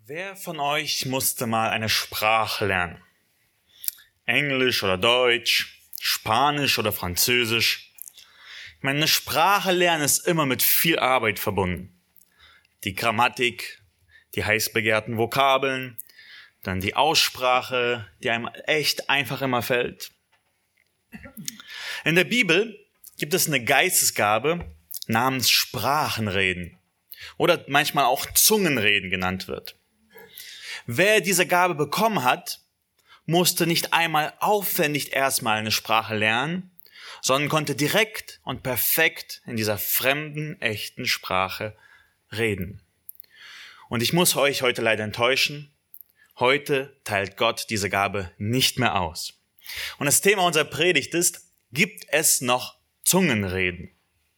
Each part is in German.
Wer von euch musste mal eine Sprache lernen? Englisch oder Deutsch, Spanisch oder Französisch? Ich meine, eine Sprache lernen ist immer mit viel Arbeit verbunden. Die Grammatik, die heiß begehrten Vokabeln, dann die Aussprache, die einem echt einfach immer fällt. In der Bibel gibt es eine Geistesgabe namens Sprachenreden oder manchmal auch Zungenreden genannt wird. Wer diese Gabe bekommen hat, musste nicht einmal aufwendig erstmal eine Sprache lernen, sondern konnte direkt und perfekt in dieser fremden, echten Sprache reden. Und ich muss euch heute leider enttäuschen, heute teilt Gott diese Gabe nicht mehr aus. Und das Thema unserer Predigt ist, gibt es noch Zungenreden?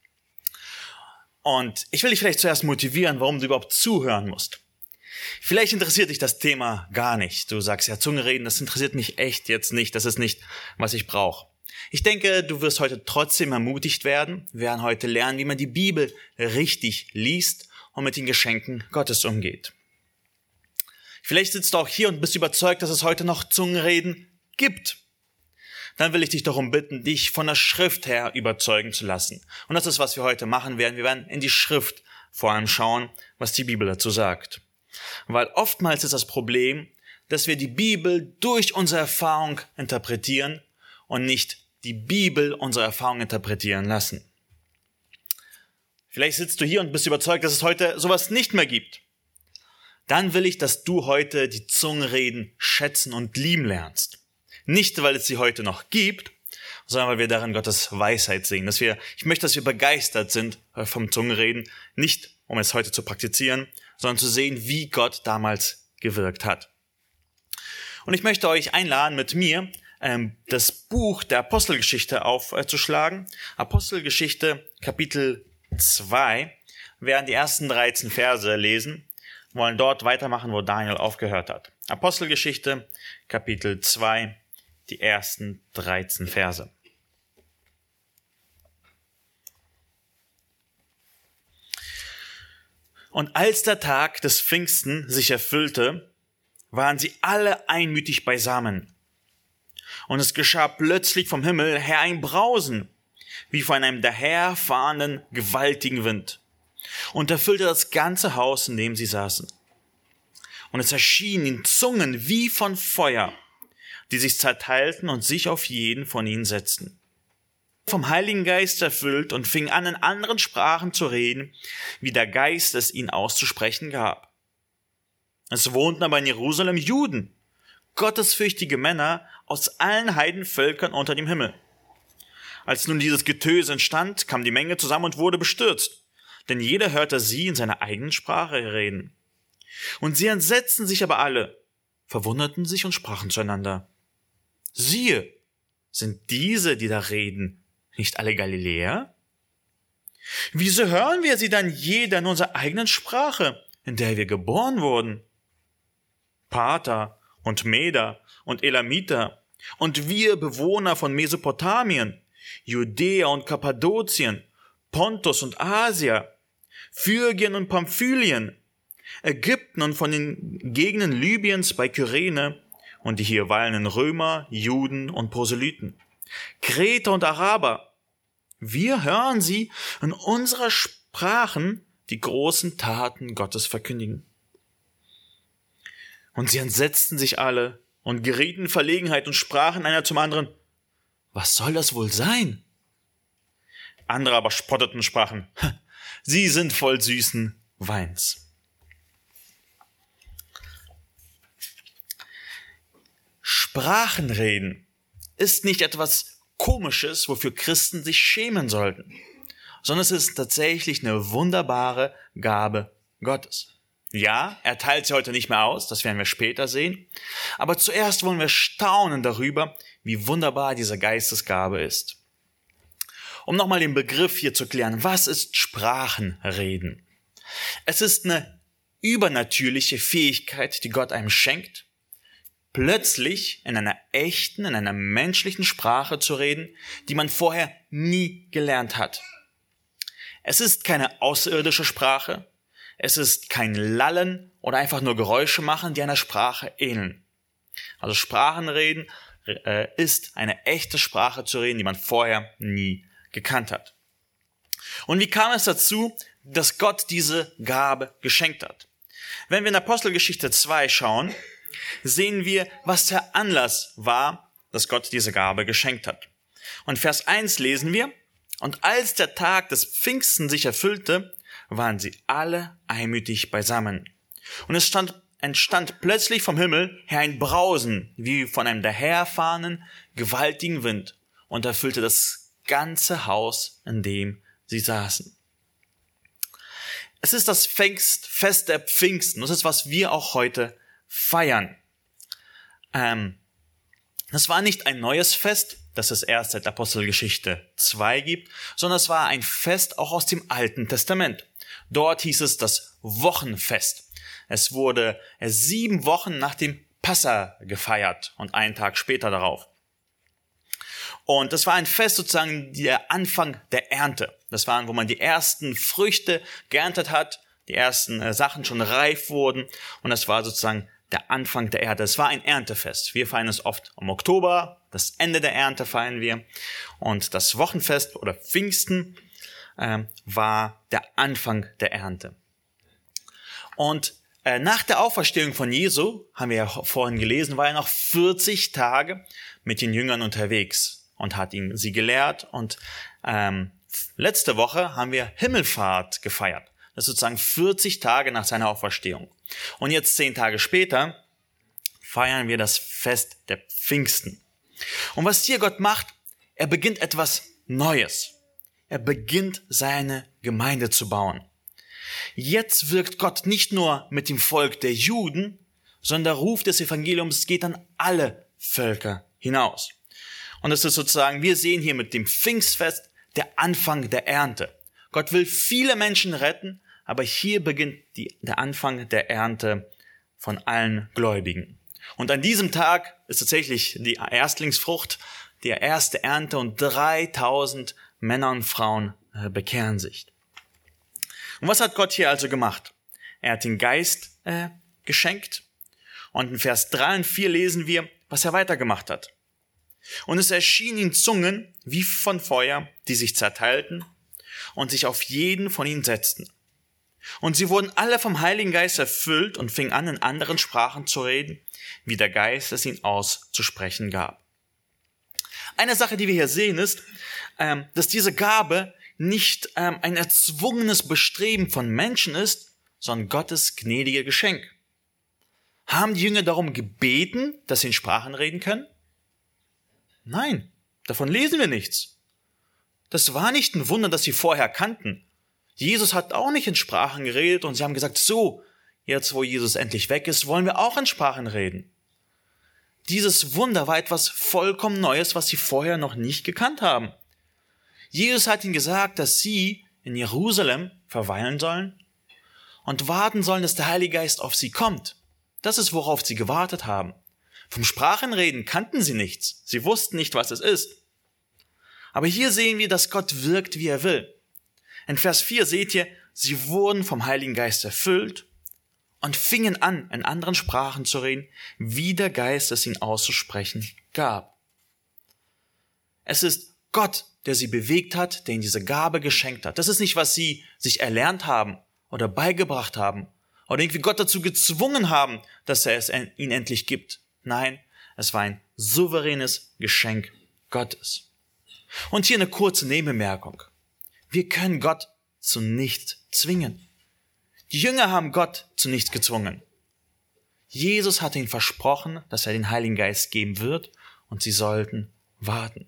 Und ich will dich vielleicht zuerst motivieren, warum du überhaupt zuhören musst. Vielleicht interessiert dich das Thema gar nicht. Du sagst, ja, Zungenreden, das interessiert mich echt jetzt nicht. Das ist nicht, was ich brauche. Ich denke, du wirst heute trotzdem ermutigt werden. Wir werden heute lernen, wie man die Bibel richtig liest und mit den Geschenken Gottes umgeht. Vielleicht sitzt du auch hier und bist überzeugt, dass es heute noch Zungenreden gibt. Dann will ich dich darum bitten, dich von der Schrift her überzeugen zu lassen. Und das ist, was wir heute machen werden. Wir werden in die Schrift vor allem schauen, was die Bibel dazu sagt. Weil oftmals ist das Problem, dass wir die Bibel durch unsere Erfahrung interpretieren und nicht die Bibel unsere Erfahrung interpretieren lassen. Vielleicht sitzt du hier und bist überzeugt, dass es heute sowas nicht mehr gibt. Dann will ich, dass du heute die Zungenreden schätzen und lieben lernst. Nicht, weil es sie heute noch gibt, sondern weil wir darin Gottes Weisheit sehen. Ich möchte, dass wir begeistert sind vom Zungenreden, nicht um es heute zu praktizieren, sondern zu sehen, wie Gott damals gewirkt hat. Und ich möchte euch einladen, mit mir das Buch der Apostelgeschichte aufzuschlagen. Apostelgeschichte Kapitel 2. Wir werden die ersten 13 Verse lesen, wollen dort weitermachen, wo Daniel aufgehört hat. Apostelgeschichte Kapitel 2, die ersten 13 Verse. Und als der Tag des Pfingsten sich erfüllte, waren sie alle einmütig beisammen. Und es geschah plötzlich vom Himmel her ein Brausen, wie von einem daherfahrenden, gewaltigen Wind, und erfüllte das ganze Haus, in dem sie saßen. Und es erschienen ihnen Zungen wie von Feuer, die sich zerteilten und sich auf jeden von ihnen setzten. Vom Heiligen Geist erfüllt und fing an, in anderen Sprachen zu reden, wie der Geist es ihnen auszusprechen gab. Es wohnten aber in Jerusalem Juden, gottesfürchtige Männer aus allen Heidenvölkern unter dem Himmel. Als nun dieses Getöse entstand, kam die Menge zusammen und wurde bestürzt, denn jeder hörte sie in seiner eigenen Sprache reden. Und sie entsetzten sich aber alle, verwunderten sich und sprachen zueinander: Siehe, sind diese, die da reden, nicht alle Galiläer? Wieso hören wir sie dann jeder in unserer eigenen Sprache, in der wir geboren wurden? Parther und Meder und Elamiter und wir Bewohner von Mesopotamien, Judäa und Kappadokien, Pontus und Asia, Phrygien und Pamphylien, Ägypten und von den Gegenden Libyens bei Kyrene und die hier weilenden Römer, Juden und Proselyten, Kreter und Araber. Wir hören sie in unserer Sprachen die großen Taten Gottes verkündigen. Und sie entsetzten sich alle und gerieten in Verlegenheit und sprachen einer zum anderen: Was soll das wohl sein? Andere aber spotteten und sprachen: Sie sind voll süßen Weins. Sprachenreden ist nicht etwas Komisches, wofür Christen sich schämen sollten, sondern es ist tatsächlich eine wunderbare Gabe Gottes. Ja, er teilt sie heute nicht mehr aus, das werden wir später sehen, aber zuerst wollen wir staunen darüber, wie wunderbar diese Geistesgabe ist. Um nochmal den Begriff hier zu klären, was ist Sprachenreden? Es ist eine übernatürliche Fähigkeit, die Gott einem schenkt, plötzlich in einer echten, in einer menschlichen Sprache zu reden, die man vorher nie gelernt hat. Es ist keine außerirdische Sprache, Es ist kein Lallen oder einfach nur Geräusche machen, die einer Sprache ähneln. Also Sprachenreden ist eine echte Sprache zu reden, die man vorher nie gekannt hat. Und wie kam es dazu, dass Gott diese Gabe geschenkt hat? Wenn wir in Apostelgeschichte 2 schauen, sehen wir, was der Anlass war, dass Gott diese Gabe geschenkt hat. Und Vers 1 lesen wir: Und als der Tag des Pfingsten sich erfüllte, waren sie alle einmütig beisammen. Und es entstand plötzlich vom Himmel her ein Brausen, wie von einem daherfahrenden, gewaltigen Wind, und erfüllte das ganze Haus, in dem sie saßen. Es ist das Fest der Pfingsten. Das ist, was wir auch heute feiern. Das war nicht ein neues Fest, das es erst seit Apostelgeschichte 2 gibt, sondern es war ein Fest auch aus dem Alten Testament. Dort hieß es das Wochenfest. Es wurde 7 Wochen nach dem Passa gefeiert und einen Tag später darauf. Und das war ein Fest, sozusagen der Anfang der Ernte. Das war, wo man die ersten Früchte geerntet hat, die ersten Sachen schon reif wurden, und das war sozusagen der Anfang der Ernte. Es war ein Erntefest. Wir feiern es oft im Oktober, das Ende der Ernte feiern wir, und das Wochenfest oder Pfingsten war der Anfang der Ernte. Und nach der Auferstehung von Jesu, haben wir ja vorhin gelesen, war er noch 40 Tage mit den Jüngern unterwegs und hat sie gelehrt. Und letzte Woche haben wir Himmelfahrt gefeiert. Das ist sozusagen 40 Tage nach seiner Auferstehung. Und jetzt 10 Tage später feiern wir das Fest der Pfingsten. Und was hier Gott macht, er beginnt etwas Neues. Er beginnt seine Gemeinde zu bauen. Jetzt wirkt Gott nicht nur mit dem Volk der Juden, sondern der Ruf des Evangeliums geht an alle Völker hinaus. Und es ist sozusagen, wir sehen hier mit dem Pfingstfest der Anfang der Ernte. Gott will viele Menschen retten, aber hier beginnt der Anfang der Ernte von allen Gläubigen. Und an diesem Tag ist tatsächlich die Erstlingsfrucht, die erste Ernte, und 3000 Männer und Frauen bekehren sich. Und was hat Gott hier also gemacht? Er hat den Geist geschenkt, und in Vers 3 und 4 lesen wir, was er weitergemacht hat. Und es erschienen ihnen Zungen wie von Feuer, die sich zerteilten und sich auf jeden von ihnen setzten. Und sie wurden alle vom Heiligen Geist erfüllt und fingen an, in anderen Sprachen zu reden, wie der Geist es ihnen auszusprechen gab. Eine Sache, die wir hier sehen, ist, dass diese Gabe nicht ein erzwungenes Bestreben von Menschen ist, sondern Gottes gnädige Geschenk. Haben die Jünger darum gebeten, dass sie in Sprachen reden können? Nein, davon lesen wir nichts. Das war nicht ein Wunder, das sie vorher kannten. Jesus hat auch nicht in Sprachen geredet und sie haben gesagt, so, jetzt wo Jesus endlich weg ist, wollen wir auch in Sprachen reden. Dieses Wunder war etwas vollkommen Neues, was sie vorher noch nicht gekannt haben. Jesus hat ihnen gesagt, dass sie in Jerusalem verweilen sollen und warten sollen, dass der Heilige Geist auf sie kommt. Das ist, worauf sie gewartet haben. Vom Sprachenreden kannten sie nichts. Sie wussten nicht, was es ist. Aber hier sehen wir, dass Gott wirkt, wie er will. In Vers 4 seht ihr, sie wurden vom Heiligen Geist erfüllt und fingen an, in anderen Sprachen zu reden, wie der Geist es ihnen auszusprechen gab. Es ist Gott, der sie bewegt hat, der ihnen diese Gabe geschenkt hat. Das ist nicht, was sie sich erlernt haben oder beigebracht haben oder irgendwie Gott dazu gezwungen haben, dass er es ihnen endlich gibt. Nein, es war ein souveränes Geschenk Gottes. Und hier eine kurze Nebenbemerkung. Wir können Gott zu nichts zwingen. Die Jünger haben Gott zu nichts gezwungen. Jesus hat ihnen versprochen, dass er den Heiligen Geist geben wird, und sie sollten warten.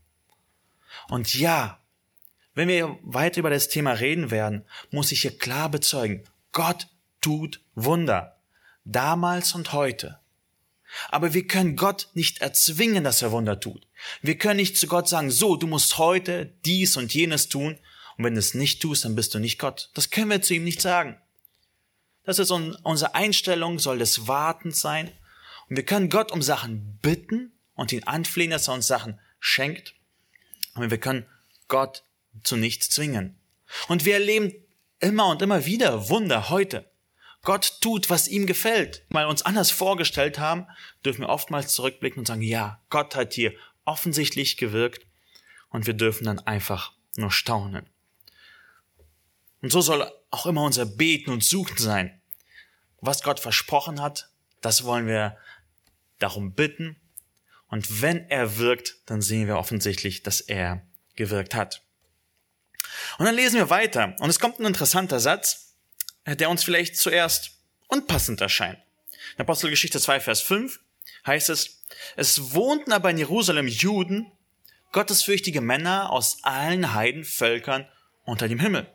Und ja, wenn wir weiter über das Thema reden werden, muss ich hier klar bezeugen, Gott tut Wunder, damals und heute. Aber wir können Gott nicht erzwingen, dass er Wunder tut. Wir können nicht zu Gott sagen, so, du musst heute dies und jenes tun, und wenn du es nicht tust, dann bist du nicht Gott. Das können wir zu ihm nicht sagen. Das ist unsere Einstellung, soll des Wartens sein. Und wir können Gott um Sachen bitten und ihn anflehen, dass er uns Sachen schenkt. Aber wir können Gott zu nichts zwingen. Und wir erleben immer und immer wieder Wunder heute. Gott tut, was ihm gefällt. Weil wir uns anders vorgestellt haben, dürfen wir oftmals zurückblicken und sagen, ja, Gott hat hier offensichtlich gewirkt und wir dürfen dann einfach nur staunen. Und so soll auch immer unser Beten und Suchen sein. Was Gott versprochen hat, das wollen wir darum bitten. Und wenn er wirkt, dann sehen wir offensichtlich, dass er gewirkt hat. Und dann lesen wir weiter. Und es kommt ein interessanter Satz, der uns vielleicht zuerst unpassend erscheint. In Apostelgeschichte 2, Vers 5 heißt es, es wohnten aber in Jerusalem Juden, gottesfürchtige Männer aus allen Heidenvölkern unter dem Himmel.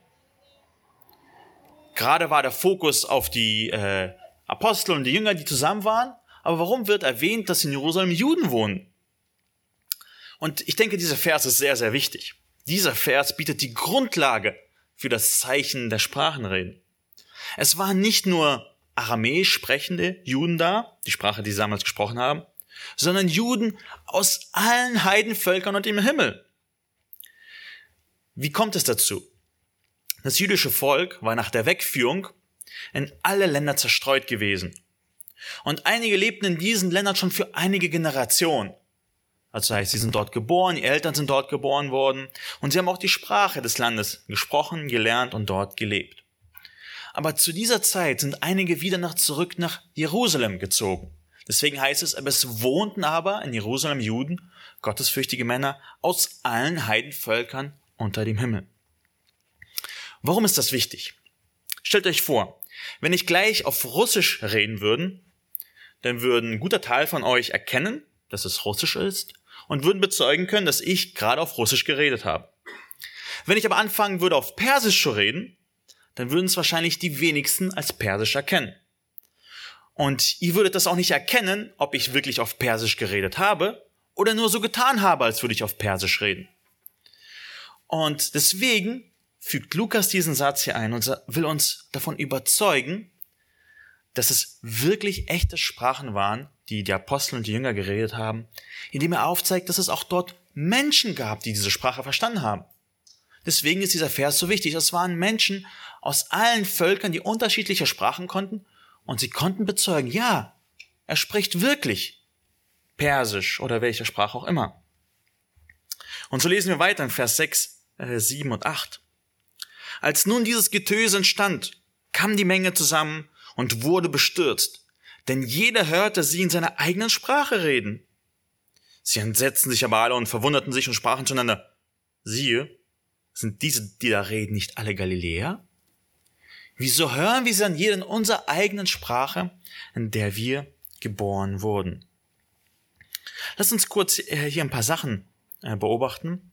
Gerade war der Fokus auf die Apostel und die Jünger, die zusammen waren. Aber warum wird erwähnt, dass in Jerusalem Juden wohnen? Und ich denke, dieser Vers ist sehr, sehr wichtig. Dieser Vers bietet die Grundlage für das Zeichen der Sprachenreden. Es waren nicht nur aramäisch sprechende Juden da, die Sprache, die sie damals gesprochen haben, sondern Juden aus allen Heidenvölkern und dem Himmel. Wie kommt es dazu? Das jüdische Volk war nach der Wegführung in alle Länder zerstreut gewesen. Und einige lebten in diesen Ländern schon für einige Generationen. Also das heißt, sie sind dort geboren, die Eltern sind dort geboren worden und sie haben auch die Sprache des Landes gesprochen, gelernt und dort gelebt. Aber zu dieser Zeit sind einige wieder zurück nach Jerusalem gezogen. Deswegen heißt es, es wohnten aber in Jerusalem Juden, gottesfürchtige Männer aus allen Heidenvölkern unter dem Himmel. Warum ist das wichtig? Stellt euch vor, wenn ich gleich auf Russisch reden würde, dann würden ein guter Teil von euch erkennen, dass es Russisch ist und würden bezeugen können, dass ich gerade auf Russisch geredet habe. Wenn ich aber anfangen würde, auf Persisch zu reden, dann würden es wahrscheinlich die wenigsten als Persisch erkennen. Und ihr würdet das auch nicht erkennen, ob ich wirklich auf Persisch geredet habe oder nur so getan habe, als würde ich auf Persisch reden. Und deswegen fügt Lukas diesen Satz hier ein und will uns davon überzeugen, dass es wirklich echte Sprachen waren, die die Apostel und die Jünger geredet haben, indem er aufzeigt, dass es auch dort Menschen gab, die diese Sprache verstanden haben. Deswegen ist dieser Vers so wichtig. Es waren Menschen aus allen Völkern, die unterschiedliche Sprachen konnten und sie konnten bezeugen, ja, er spricht wirklich Persisch oder welche Sprache auch immer. Und so lesen wir weiter in Vers 6, 7 und 8. Als nun dieses Getöse entstand, kam die Menge zusammen und wurde bestürzt, denn jeder hörte sie in seiner eigenen Sprache reden. Sie entsetzten sich aber alle und verwunderten sich und sprachen zueinander, siehe, sind diese, die da reden, nicht alle Galiläer? Wieso hören wir sie dann jeder in unserer eigenen Sprache, in der wir geboren wurden? Lass uns kurz hier ein paar Sachen beobachten.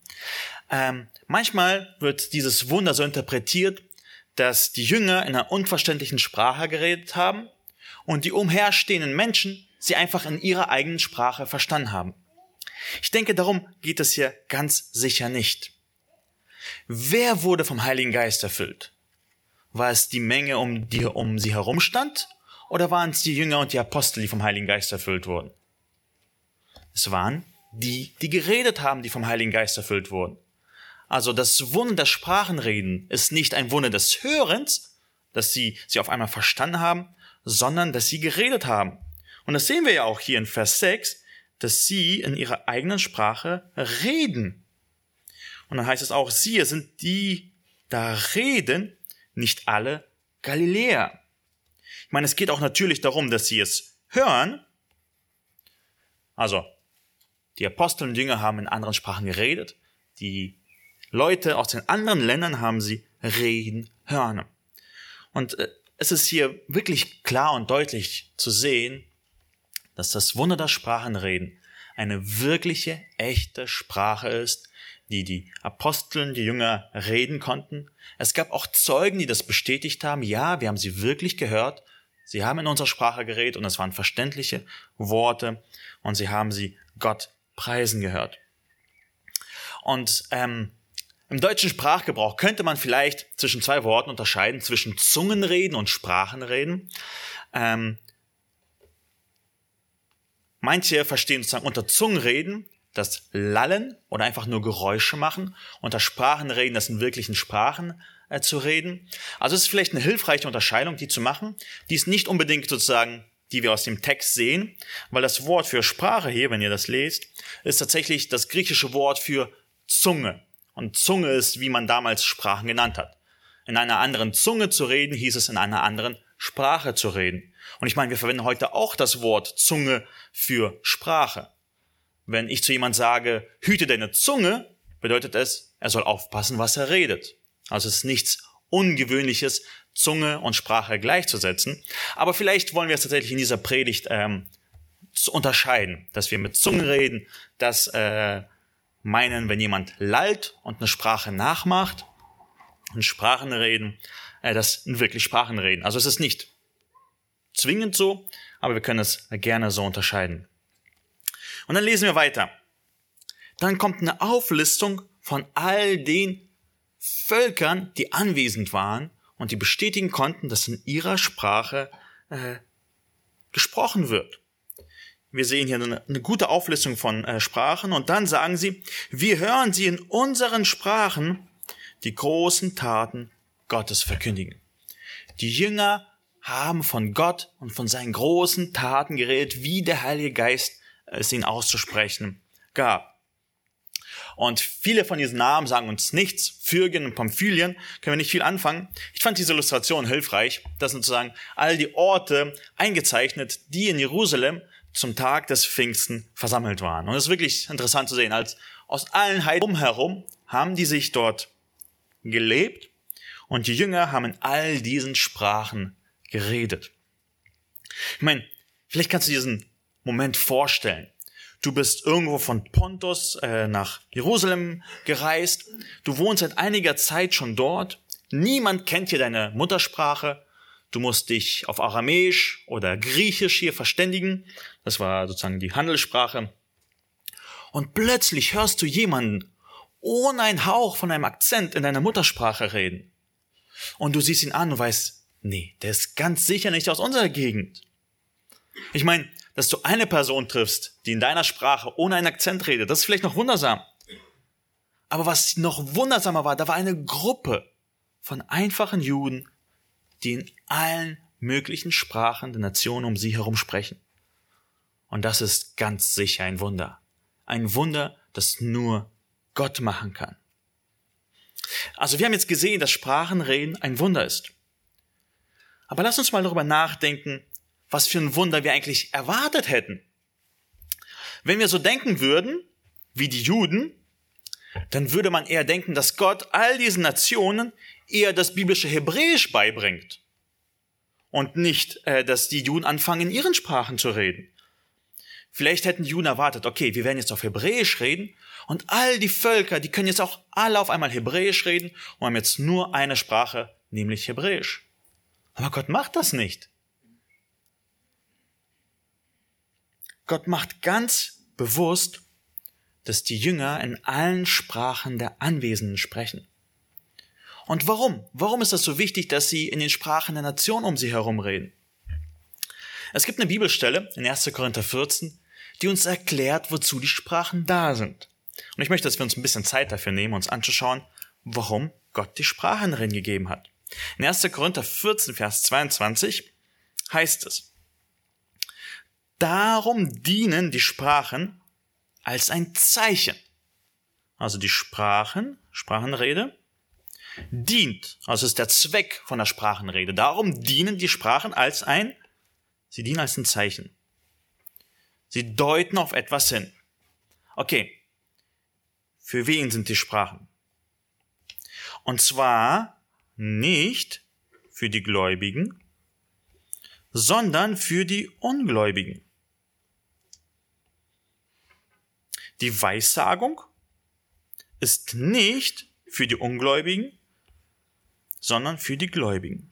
Manchmal wird dieses Wunder so interpretiert, dass die Jünger in einer unverständlichen Sprache geredet haben und die umherstehenden Menschen sie einfach in ihrer eigenen Sprache verstanden haben. Ich denke, darum geht es hier ganz sicher nicht. Wer wurde vom Heiligen Geist erfüllt? War es die Menge, die um sie herum stand, oder waren es die Jünger und die Apostel, die vom Heiligen Geist erfüllt wurden? Es waren die geredet haben, die vom Heiligen Geist erfüllt wurden. Also das Wunder des Sprachenreden ist nicht ein Wunder des Hörens, dass sie auf einmal verstanden haben, sondern dass sie geredet haben. Und das sehen wir ja auch hier in Vers 6, dass sie in ihrer eigenen Sprache reden. Und dann heißt es auch, siehe, sind die da reden, nicht alle Galiläer. Ich meine, es geht auch natürlich darum, dass sie es hören. Also, die Apostel und Jünger haben in anderen Sprachen geredet. Die Leute aus den anderen Ländern haben sie reden hören. Und es ist hier wirklich klar und deutlich zu sehen, dass das Wunder der Sprachenreden eine wirkliche, echte Sprache ist, die Apostel und die Jünger reden konnten. Es gab auch Zeugen, die das bestätigt haben. Ja, wir haben sie wirklich gehört. Sie haben in unserer Sprache geredet und es waren verständliche Worte und sie haben sie Gott preisen gehört. Und im deutschen Sprachgebrauch könnte man vielleicht zwischen zwei Worten unterscheiden, zwischen Zungenreden und Sprachenreden. Manche verstehen sozusagen unter Zungenreden das Lallen oder einfach nur Geräusche machen, unter Sprachenreden das in wirklichen Sprachen zu reden. Also es ist vielleicht eine hilfreiche Unterscheidung, die zu machen. Die ist nicht unbedingt sozusagen, die wir aus dem Text sehen, weil das Wort für Sprache hier, wenn ihr das lest, ist tatsächlich das griechische Wort für Zunge. Und Zunge ist, wie man damals Sprachen genannt hat. In einer anderen Zunge zu reden, hieß es in einer anderen Sprache zu reden. Und ich meine, wir verwenden heute auch das Wort Zunge für Sprache. Wenn ich zu jemand sage, hüte deine Zunge, bedeutet es, er soll aufpassen, was er redet. Also es ist nichts Ungewöhnliches, Zunge und Sprache gleichzusetzen. Aber vielleicht wollen wir es tatsächlich in dieser Predigt unterscheiden, dass wir mit Zunge reden, das meinen, wenn jemand lallt und eine Sprache nachmacht, und Sprachen reden, das sind wirklich Sprachen reden. Also es ist nicht zwingend so, aber wir können es gerne so unterscheiden. Und dann lesen wir weiter. Dann kommt eine Auflistung von all den Völkern, die anwesend waren und die bestätigen konnten, dass in ihrer Sprache gesprochen wird. Wir sehen hier eine gute Auflistung von Sprachen und dann sagen sie, wir hören sie in unseren Sprachen die großen Taten Gottes verkündigen. Die Jünger haben von Gott und von seinen großen Taten geredet, wie der Heilige Geist es ihnen auszusprechen gab. Und viele von diesen Namen sagen uns nichts. Phrygen und Pamphylien können wir nicht viel anfangen. Ich fand diese Illustration hilfreich. Das sind sozusagen all die Orte eingezeichnet, die in Jerusalem zum Tag des Pfingsten versammelt waren. Und es ist wirklich interessant zu sehen, als aus allen Heiden umherum haben die sich dort gelebt und die Jünger haben in all diesen Sprachen geredet. Ich meine, vielleicht kannst du dir diesen Moment vorstellen. Du bist irgendwo von Pontus nach Jerusalem gereist. Du wohnst seit einiger Zeit schon dort. Niemand kennt hier deine Muttersprache. Du musst dich auf Aramäisch oder Griechisch hier verständigen. Das war sozusagen die Handelssprache. Und plötzlich hörst du jemanden ohne einen Hauch von einem Akzent in deiner Muttersprache reden. Und du siehst ihn an und weißt, nee, der ist ganz sicher nicht aus unserer Gegend. Ich meine, dass du eine Person triffst, die in deiner Sprache ohne einen Akzent redet, das ist vielleicht noch wundersam. Aber was noch wundersamer war, da war eine Gruppe von einfachen Juden, die in allen möglichen Sprachen der Nationen um sie herum sprechen. Und das ist ganz sicher ein Wunder. Ein Wunder, das nur Gott machen kann. Also wir haben jetzt gesehen, dass Sprachenreden ein Wunder ist. Aber lass uns mal darüber nachdenken, was für ein Wunder wir eigentlich erwartet hätten. Wenn wir so denken würden, wie die Juden, dann würde man eher denken, dass Gott all diesen Nationen eher das biblische Hebräisch beibringt. Und nicht, dass die Juden anfangen, in ihren Sprachen zu reden. Vielleicht hätten die Juden erwartet, okay, wir werden jetzt auf Hebräisch reden und all die Völker, die können jetzt auch alle auf einmal Hebräisch reden und haben jetzt nur eine Sprache, nämlich Hebräisch. Aber Gott macht das nicht. Gott macht ganz bewusst, dass die Jünger in allen Sprachen der Anwesenden sprechen. Und warum? Warum ist das so wichtig, dass sie in den Sprachen der Nation um sie herum reden? Es gibt eine Bibelstelle in 1. Korinther 14, die uns erklärt, wozu die Sprachen da sind. Und ich möchte, dass wir uns ein bisschen Zeit dafür nehmen, uns anzuschauen, warum Gott die Sprachen darin gegeben hat. In 1. Korinther 14, Vers 22 heißt es, darum dienen die Sprachen als ein Zeichen. Also die Sprachenrede, dient, also ist der Zweck von der Sprachenrede. Darum dienen die Sprachen sie dienen als ein Zeichen. Sie deuten auf etwas hin. Okay, für wen sind die Sprachen? Und zwar nicht für die Gläubigen, sondern für die Ungläubigen. Die Weissagung ist nicht für die Ungläubigen, sondern für die Gläubigen.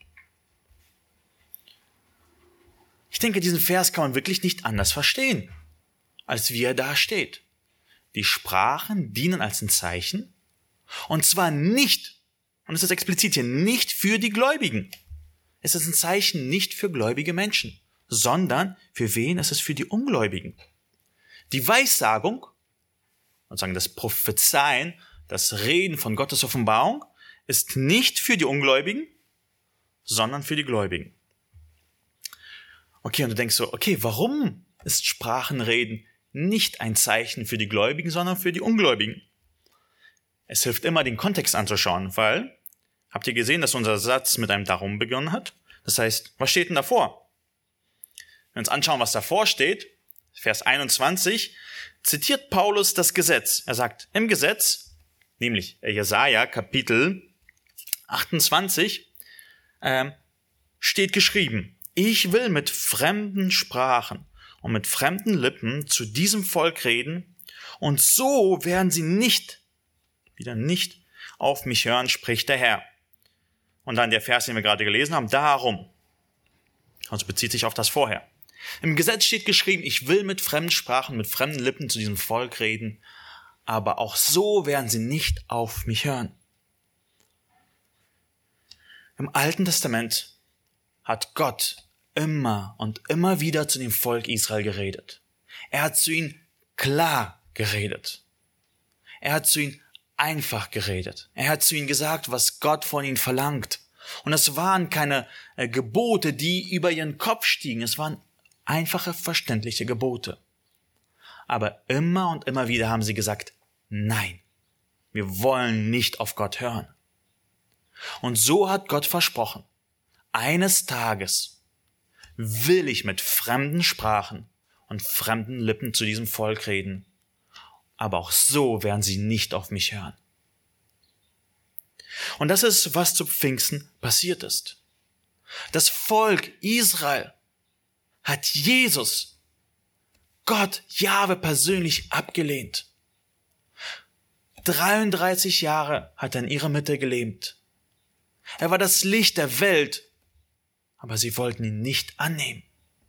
Ich denke, diesen Vers kann man wirklich nicht anders verstehen, als wie er da steht. Die Sprachen dienen als ein Zeichen, und zwar nicht, und es ist explizit hier, nicht für die Gläubigen. Es ist ein Zeichen nicht für gläubige Menschen, sondern für wen? Es ist für die Ungläubigen. Die Weissagung, sozusagen das Prophezeien, das Reden von Gottes Offenbarung, ist nicht für die Ungläubigen, sondern für die Gläubigen. Okay, und du denkst so, okay, warum ist Sprachenreden nicht ein Zeichen für die Gläubigen, sondern für die Ungläubigen? Es hilft immer, den Kontext anzuschauen, weil, habt ihr gesehen, dass unser Satz mit einem Darum begonnen hat? Das heißt, was steht denn davor? Wenn wir uns anschauen, was davor steht, Vers 21, zitiert Paulus das Gesetz. Er sagt, im Gesetz, nämlich Jesaja, Kapitel 28, steht geschrieben, ich will mit fremden Sprachen und mit fremden Lippen zu diesem Volk reden, und so werden sie nicht auf mich hören, spricht der Herr. Und dann der Vers, den wir gerade gelesen haben, darum. Also bezieht sich auf das vorher. Im Gesetz steht geschrieben, ich will mit fremden Sprachen, mit fremden Lippen zu diesem Volk reden, aber auch so werden sie nicht auf mich hören. Im Alten Testament hat Gott immer und immer wieder zu dem Volk Israel geredet. Er hat zu ihnen klar geredet. Er hat zu ihnen einfach geredet. Er hat zu ihnen gesagt, was Gott von ihnen verlangt. Und es waren keine Gebote, die über ihren Kopf stiegen. Es waren einfache, verständliche Gebote. Aber immer und immer wieder haben sie gesagt, nein, wir wollen nicht auf Gott hören. Und so hat Gott versprochen, eines Tages will ich mit fremden Sprachen und fremden Lippen zu diesem Volk reden, aber auch so werden sie nicht auf mich hören. Und das ist, was zu Pfingsten passiert ist. Das Volk Israel hat Jesus, Gott, Jahwe persönlich abgelehnt. 33 Jahre hat er in ihrer Mitte gelebt. Er war das Licht der Welt, aber sie wollten ihn nicht annehmen.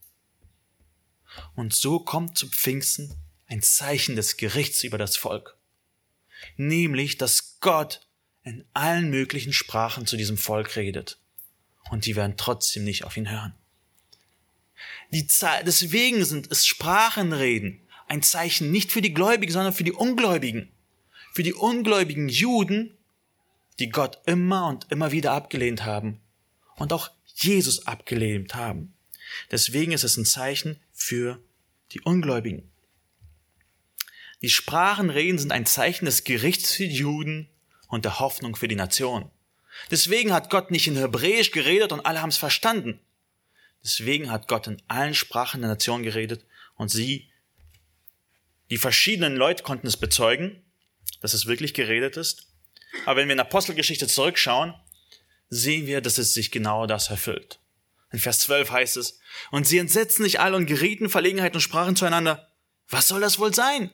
Und so kommt zu Pfingsten ein Zeichen des Gerichts über das Volk. Nämlich, dass Gott in allen möglichen Sprachen zu diesem Volk redet. Und die werden trotzdem nicht auf ihn hören. Deswegen ist Sprachenreden ein Zeichen nicht für die Gläubigen, sondern für die Ungläubigen. Für die ungläubigen Juden, die Gott immer und immer wieder abgelehnt haben und auch Jesus abgelehnt haben. Deswegen ist es ein Zeichen für die Ungläubigen. Die Sprachenreden sind ein Zeichen des Gerichts für die Juden und der Hoffnung für die Nation. Deswegen hat Gott nicht in Hebräisch geredet und alle haben es verstanden. Deswegen hat Gott in allen Sprachen der Nation geredet und die verschiedenen Leute konnten es bezeugen, dass es wirklich geredet ist. Aber wenn wir in Apostelgeschichte zurückschauen, sehen wir, dass es sich genau das erfüllt. In Vers 12 heißt es, und sie entsetzten sich alle und gerieten Verlegenheit und sprachen zueinander, was soll das wohl sein?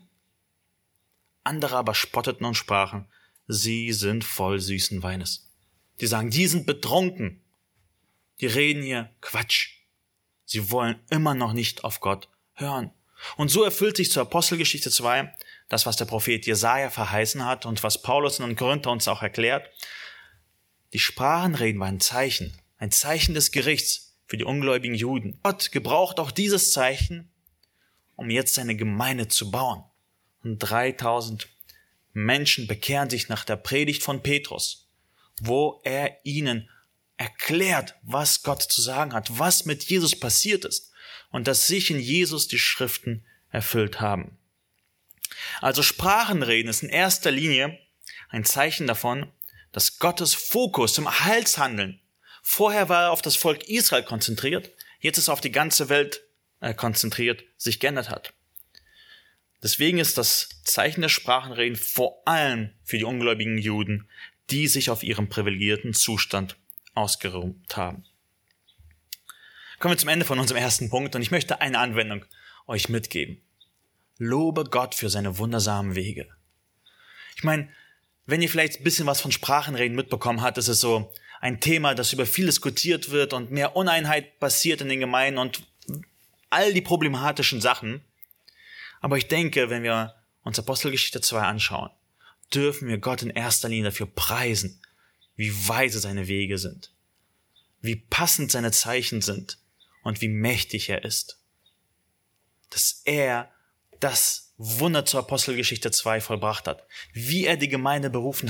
Andere aber spotteten und sprachen, sie sind voll süßen Weines. Die sagen, die sind betrunken. Die reden hier Quatsch. Sie wollen immer noch nicht auf Gott hören. Und so erfüllt sich zur Apostelgeschichte 2 das, was der Prophet Jesaja verheißen hat und was Paulus in Korinther uns auch erklärt. Die Sprachenreden war ein Zeichen des Gerichts für die ungläubigen Juden. Gott gebraucht auch dieses Zeichen, um jetzt seine Gemeinde zu bauen. Und 3000 Menschen bekehren sich nach der Predigt von Petrus, wo er ihnen erklärt, was Gott zu sagen hat, was mit Jesus passiert ist und dass sich in Jesus die Schriften erfüllt haben. Also Sprachenreden ist in erster Linie ein Zeichen davon, dass Gottes Fokus im Heilshandeln, vorher war er auf das Volk Israel konzentriert, jetzt ist er auf die ganze Welt konzentriert, sich geändert hat. Deswegen ist das Zeichen der Sprachenreden vor allem für die ungläubigen Juden, die sich auf ihrem privilegierten Zustand ausgeruht haben. Kommen wir zum Ende von unserem ersten Punkt und ich möchte eine Anwendung euch mitgeben. Lobe Gott für seine wundersamen Wege. Ich meine, wenn ihr vielleicht ein bisschen was von Sprachenreden mitbekommen habt, ist es so ein Thema, das über viel diskutiert wird und mehr Uneinheit passiert in den Gemeinden und all die problematischen Sachen. Aber ich denke, wenn wir uns Apostelgeschichte 2 anschauen, dürfen wir Gott in erster Linie dafür preisen, wie weise seine Wege sind, wie passend seine Zeichen sind und wie mächtig er ist. Dass er das Wunder zur Apostelgeschichte 2 vollbracht hat, wie er die Gemeinde berufen hat,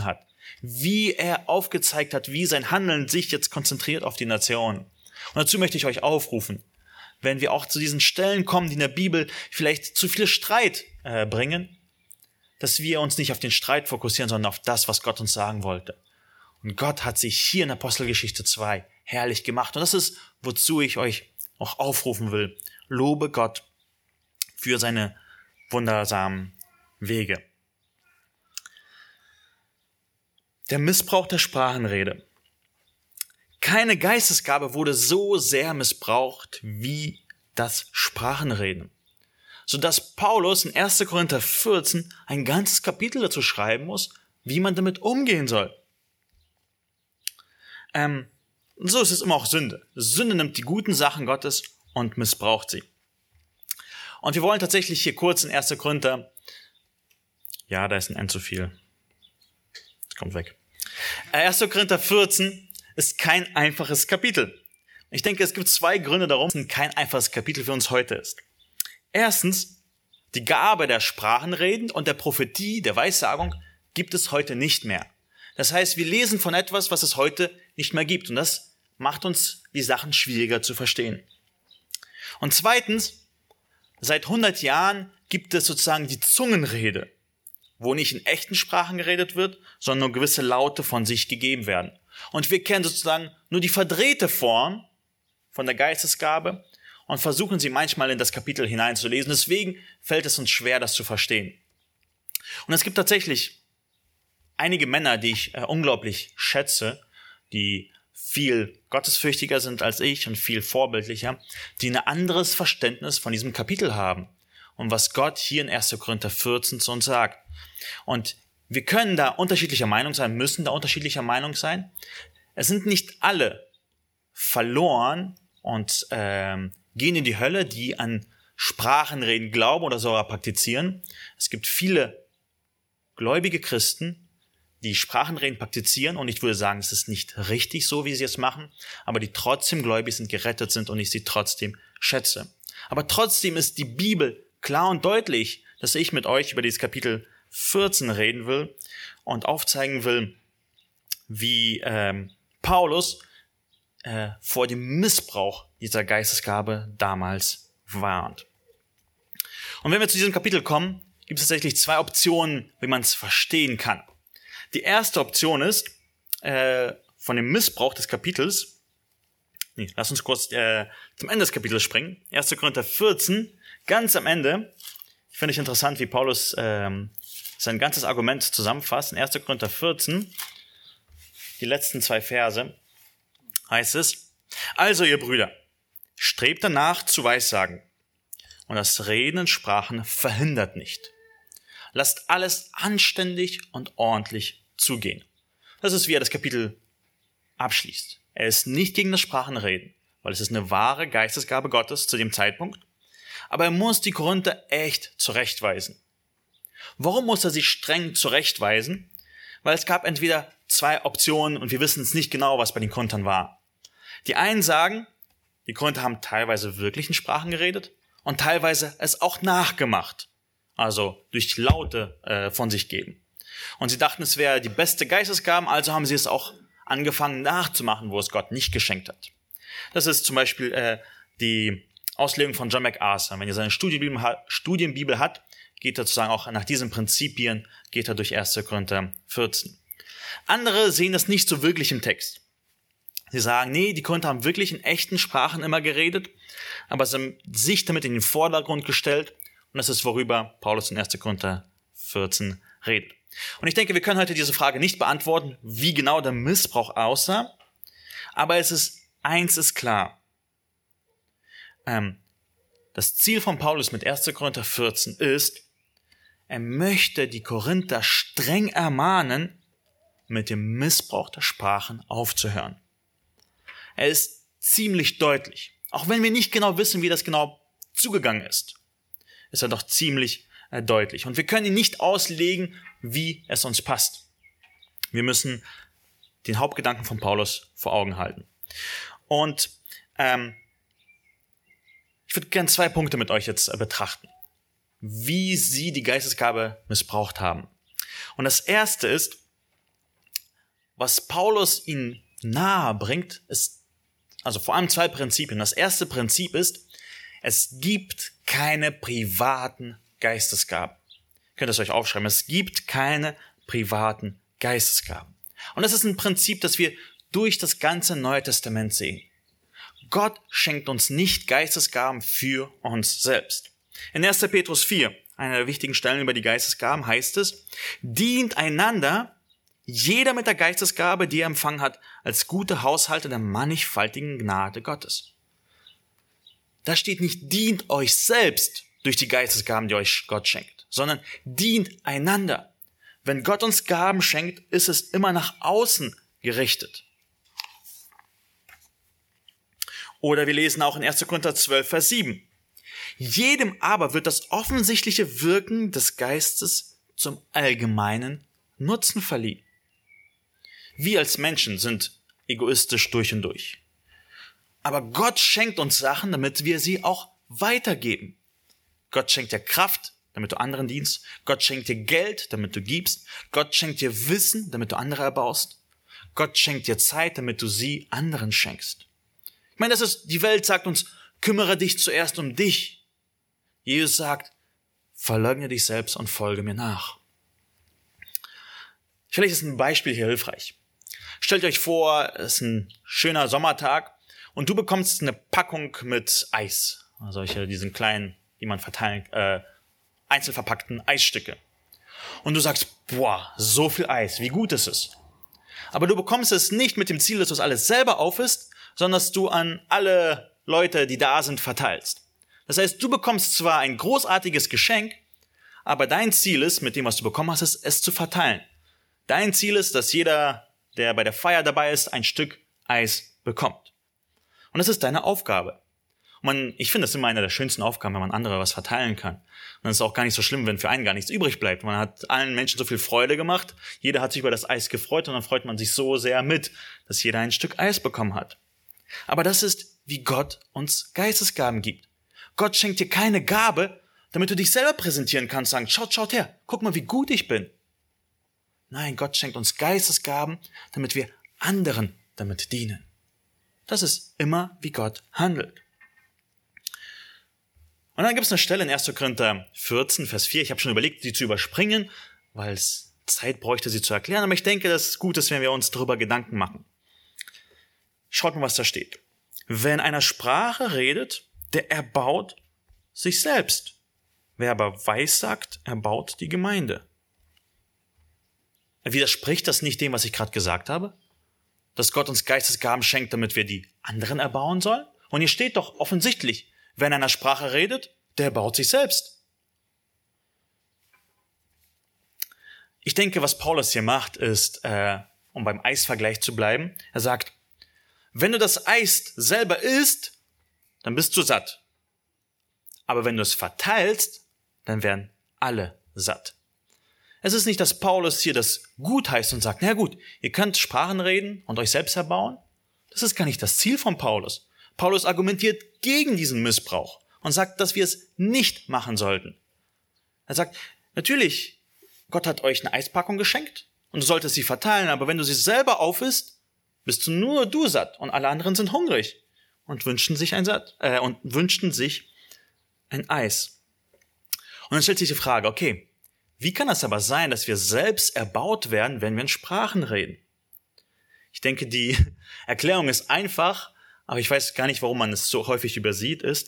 wie er aufgezeigt hat, wie sein Handeln sich jetzt konzentriert auf die Nation. Und dazu möchte ich euch aufrufen, wenn wir auch zu diesen Stellen kommen, die in der Bibel vielleicht zu viel Streit bringen, dass wir uns nicht auf den Streit fokussieren, sondern auf das, was Gott uns sagen wollte. Und Gott hat sich hier in Apostelgeschichte 2 herrlich gemacht. Und das ist, wozu ich euch auch aufrufen will. Lobe Gott für seine wundersamen Wege. Der Missbrauch der Sprachenrede. Keine Geistesgabe wurde so sehr missbraucht wie das Sprachenreden, sodass Paulus in 1. Korinther 14 ein ganzes Kapitel dazu schreiben muss, wie man damit umgehen soll. So ist es immer auch Sünde. Sünde nimmt die guten Sachen Gottes und missbraucht sie. Und wir wollen tatsächlich hier kurz in 1. Korinther, ja, da ist ein N zu viel. Das kommt weg. 1. Korinther 14 ist kein einfaches Kapitel. Ich denke, es gibt 2 Gründe darum, dass es kein einfaches Kapitel für uns heute ist. Erstens, die Gabe der Sprachenreden und der Prophetie, der Weissagung, gibt es heute nicht mehr. Das heißt, wir lesen von etwas, was es heute nicht mehr gibt. Und das macht uns die Sachen schwieriger zu verstehen. Und zweitens, seit 100 Jahren gibt es sozusagen die Zungenrede, wo nicht in echten Sprachen geredet wird, sondern nur gewisse Laute von sich gegeben werden. Und wir kennen sozusagen nur die verdrehte Form von der Geistesgabe und versuchen sie manchmal in das Kapitel hineinzulesen. Deswegen fällt es uns schwer, das zu verstehen. Und es gibt tatsächlich einige Männer, die ich unglaublich schätze, die viel gottesfürchtiger sind als ich und viel vorbildlicher, die ein anderes Verständnis von diesem Kapitel haben und was Gott hier in 1. Korinther 14 zu uns sagt. Und wir können da unterschiedlicher Meinung sein, müssen da unterschiedlicher Meinung sein. Es sind nicht alle verloren und gehen in die Hölle, die an Sprachenreden glauben oder sogar praktizieren. Es gibt viele gläubige Christen, die Sprachenreden praktizieren, und ich würde sagen, es ist nicht richtig so, wie sie es machen, aber die trotzdem gläubig sind, gerettet sind und ich sie trotzdem schätze. Aber trotzdem ist die Bibel klar und deutlich, dass ich mit euch über dieses Kapitel 14 reden will und aufzeigen will, wie Paulus vor dem Missbrauch dieser Geistesgabe damals warnt. Und wenn wir zu diesem Kapitel kommen, gibt es tatsächlich 2 Optionen, wie man es verstehen kann. Die erste Option ist, von dem Missbrauch des Kapitels, lass uns kurz zum Ende des Kapitels springen, 1. Korinther 14, ganz am Ende, finde ich interessant, wie Paulus sein ganzes Argument zusammenfasst. In 1. Korinther 14, die letzten 2 Verse, heißt es: Also, ihr Brüder, strebt danach zu Weissagen, und das Reden in Sprachen verhindert nicht. Lasst alles anständig und ordentlich zugehen. Das ist, wie er das Kapitel abschließt. Er ist nicht gegen das Sprachenreden, weil es ist eine wahre Geistesgabe Gottes zu dem Zeitpunkt. Aber er muss die Korinther echt zurechtweisen. Warum muss er sie streng zurechtweisen? Weil es gab entweder 2 Optionen und wir wissen es nicht genau, was bei den Korinthern war. Die einen sagen, die Korinther haben teilweise wirklich in Sprachen geredet und teilweise es auch nachgemacht. Also durch Laute von sich geben. Und sie dachten, es wäre die beste Geistesgabe, also haben sie es auch angefangen nachzumachen, wo es Gott nicht geschenkt hat. Das ist zum Beispiel die Auslegung von John MacArthur. Wenn ihr seine Studienbibel hat, geht er sozusagen auch nach diesen Prinzipien, geht er durch 1. Korinther 14. Andere sehen das nicht so wirklich im Text. Sie sagen, nee, die Korinther haben wirklich in echten Sprachen immer geredet, aber sie haben sich damit in den Vordergrund gestellt, und das ist, worüber Paulus in 1. Korinther 14 redet. Und ich denke, wir können heute diese Frage nicht beantworten, wie genau der Missbrauch aussah, aber eins ist klar. Das Ziel von Paulus mit 1. Korinther 14 ist, er möchte die Korinther streng ermahnen, mit dem Missbrauch der Sprachen aufzuhören. Er ist ziemlich deutlich. Auch wenn wir nicht genau wissen, wie das genau zugegangen ist er doch ziemlich deutlich. Und wir können ihn nicht auslegen, wie es uns passt. Wir müssen den Hauptgedanken von Paulus vor Augen halten. Und ich würde gerne 2 Punkte mit euch jetzt betrachten, wie sie die Geistesgabe missbraucht haben. Und das erste ist, was Paulus ihnen nahe bringt, ist also vor allem 2 Prinzipien. Das erste Prinzip ist, es gibt keine privaten Geistesgaben. Ihr könnt es euch aufschreiben. Es gibt keine privaten Geistesgaben. Und das ist ein Prinzip, das wir durch das ganze Neue Testament sehen. Gott schenkt uns nicht Geistesgaben für uns selbst. In 1. Petrus 4, einer der wichtigen Stellen über die Geistesgaben, heißt es, dient einander, jeder mit der Geistesgabe, die er empfangen hat, als gute Haushalter der mannigfaltigen Gnade Gottes. Da steht nicht, dient euch selbst durch die Geistesgaben, die euch Gott schenkt, sondern dient einander. Wenn Gott uns Gaben schenkt, ist es immer nach außen gerichtet. Oder wir lesen auch in 1. Korinther 12, Vers 7. Jedem aber wird das offensichtliche Wirken des Geistes zum allgemeinen Nutzen verliehen. Wir als Menschen sind egoistisch durch und durch. Aber Gott schenkt uns Sachen, damit wir sie auch weitergeben. Gott schenkt dir Kraft, damit du anderen dienst. Gott schenkt dir Geld, damit du gibst. Gott schenkt dir Wissen, damit du andere erbaust. Gott schenkt dir Zeit, damit du sie anderen schenkst. Ich meine, die Welt sagt uns, kümmere dich zuerst um dich. Jesus sagt, verleugne dich selbst und folge mir nach. Vielleicht ist ein Beispiel hier hilfreich. Stellt euch vor, es ist ein schöner Sommertag und du bekommst eine Packung mit Eis. Diesen kleinen, die man verteilen, einzeln verpackten Eisstücke. Und du sagst, boah, so viel Eis, wie gut ist es? Aber du bekommst es nicht mit dem Ziel, dass du es alles selber aufisst, sondern dass du an alle Leute, die da sind, verteilst. Das heißt, du bekommst zwar ein großartiges Geschenk, aber dein Ziel ist, mit dem, was du bekommen hast, es zu verteilen. Dein Ziel ist, dass jeder, der bei der Feier dabei ist, ein Stück Eis bekommt. Und das ist deine Aufgabe. Ich finde das immer eine der schönsten Aufgaben, wenn man andere was verteilen kann. Und dann ist es auch gar nicht so schlimm, wenn für einen gar nichts übrig bleibt. Man hat allen Menschen so viel Freude gemacht, jeder hat sich über das Eis gefreut und dann freut man sich so sehr mit, dass jeder ein Stück Eis bekommen hat. Aber das ist, wie Gott uns Geistesgaben gibt. Gott schenkt dir keine Gabe, damit du dich selber präsentieren kannst, sagen, schaut her, guck mal, wie gut ich bin. Nein, Gott schenkt uns Geistesgaben, damit wir anderen damit dienen. Das ist immer, wie Gott handelt. Und dann gibt es eine Stelle in 1. Korinther 14, Vers 4. Ich habe schon überlegt, sie zu überspringen, weil es Zeit bräuchte, sie zu erklären. Aber ich denke, dass es gut ist, wenn wir uns darüber Gedanken machen. Schaut mal, was da steht. Wer in einer Sprache redet, der erbaut sich selbst. Wer aber weissagt, erbaut die Gemeinde. Widerspricht das nicht dem, was ich gerade gesagt habe? Dass Gott uns Geistesgaben schenkt, damit wir die anderen erbauen sollen? Und hier steht doch offensichtlich, wer in einer Sprache redet, der erbaut sich selbst. Ich denke, was Paulus hier macht, ist, um beim Eisvergleich zu bleiben, er sagt, wenn du das Eis selber isst, dann bist du satt. Aber wenn du es verteilst, dann werden alle satt. Es ist nicht, dass Paulus hier das gut heißt und sagt, na gut, ihr könnt Sprachen reden und euch selbst erbauen. Das ist gar nicht das Ziel von Paulus. Paulus argumentiert gegen diesen Missbrauch und sagt, dass wir es nicht machen sollten. Er sagt, natürlich, Gott hat euch eine Eispackung geschenkt und du solltest sie verteilen, aber wenn du sie selber aufisst, bist du nur du satt und alle anderen sind hungrig und wünschten sich ein Eis. Und dann stellt sich die Frage, okay, wie kann das aber sein, dass wir selbst erbaut werden, wenn wir in Sprachen reden? Ich denke, die Erklärung ist einfach, aber ich weiß gar nicht, warum man es so häufig übersieht, ist,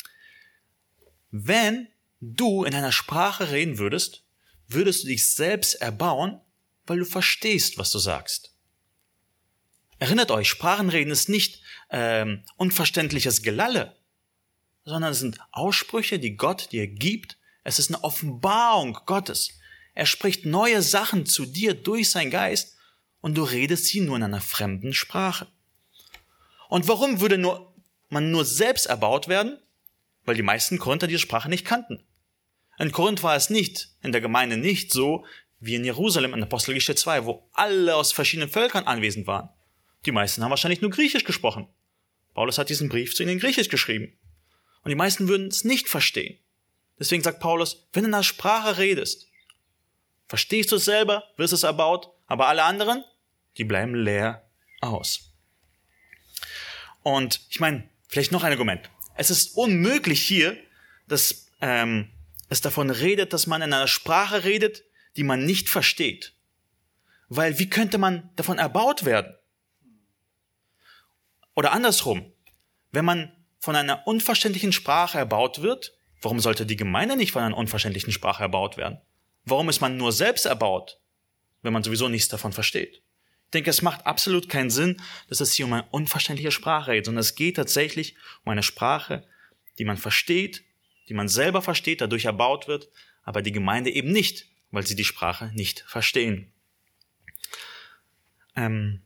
wenn du in einer Sprache reden würdest, würdest du dich selbst erbauen, weil du verstehst, was du sagst. Erinnert euch, Sprachenreden ist nicht unverständliches Gelalle, sondern es sind Aussprüche, die Gott dir gibt. Es ist eine Offenbarung Gottes. Er spricht neue Sachen zu dir durch seinen Geist und du redest sie nur in einer fremden Sprache. Und warum würde man nur selbst erbaut werden? Weil die meisten Korinther diese Sprache nicht kannten. In Korinth war es nicht, in der Gemeinde nicht so wie in Jerusalem in Apostelgeschichte 2, wo alle aus verschiedenen Völkern anwesend waren. Die meisten haben wahrscheinlich nur Griechisch gesprochen. Paulus hat diesen Brief zu ihnen in Griechisch geschrieben. Und die meisten würden es nicht verstehen. Deswegen sagt Paulus, wenn du in einer Sprache redest, verstehst du es selber, wirst es erbaut, aber alle anderen, die bleiben leer aus. Und ich meine, vielleicht noch ein Argument. Es ist unmöglich hier, dass es davon redet, dass man in einer Sprache redet, die man nicht versteht. Weil wie könnte man davon erbaut werden? Oder andersrum, wenn man von einer unverständlichen Sprache erbaut wird, warum sollte die Gemeinde nicht von einer unverständlichen Sprache erbaut werden? Warum ist man nur selbst erbaut, wenn man sowieso nichts davon versteht? Ich denke, es macht absolut keinen Sinn, dass es hier um eine unverständliche Sprache geht, sondern es geht tatsächlich um eine Sprache, die man versteht, die man selber versteht, dadurch erbaut wird, aber die Gemeinde eben nicht, weil sie die Sprache nicht verstehen. In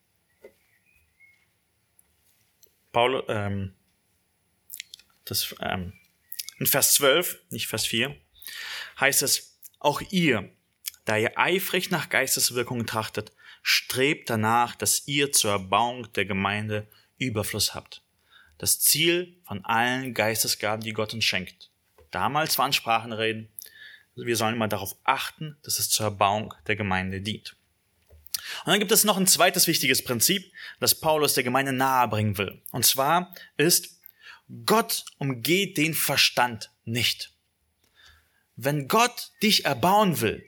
Vers 12, nicht Vers 4, heißt es, auch ihr, da ihr eifrig nach Geisteswirkungen trachtet, strebt danach, dass ihr zur Erbauung der Gemeinde Überfluss habt. Das Ziel von allen Geistesgaben, die Gott uns schenkt. Damals waren Sprachenreden. Wir sollen immer darauf achten, dass es zur Erbauung der Gemeinde dient. Und dann gibt es noch ein zweites wichtiges Prinzip, das Paulus der Gemeinde nahebringen will. Und zwar ist, Gott umgeht den Verstand nicht. Wenn Gott dich erbauen will,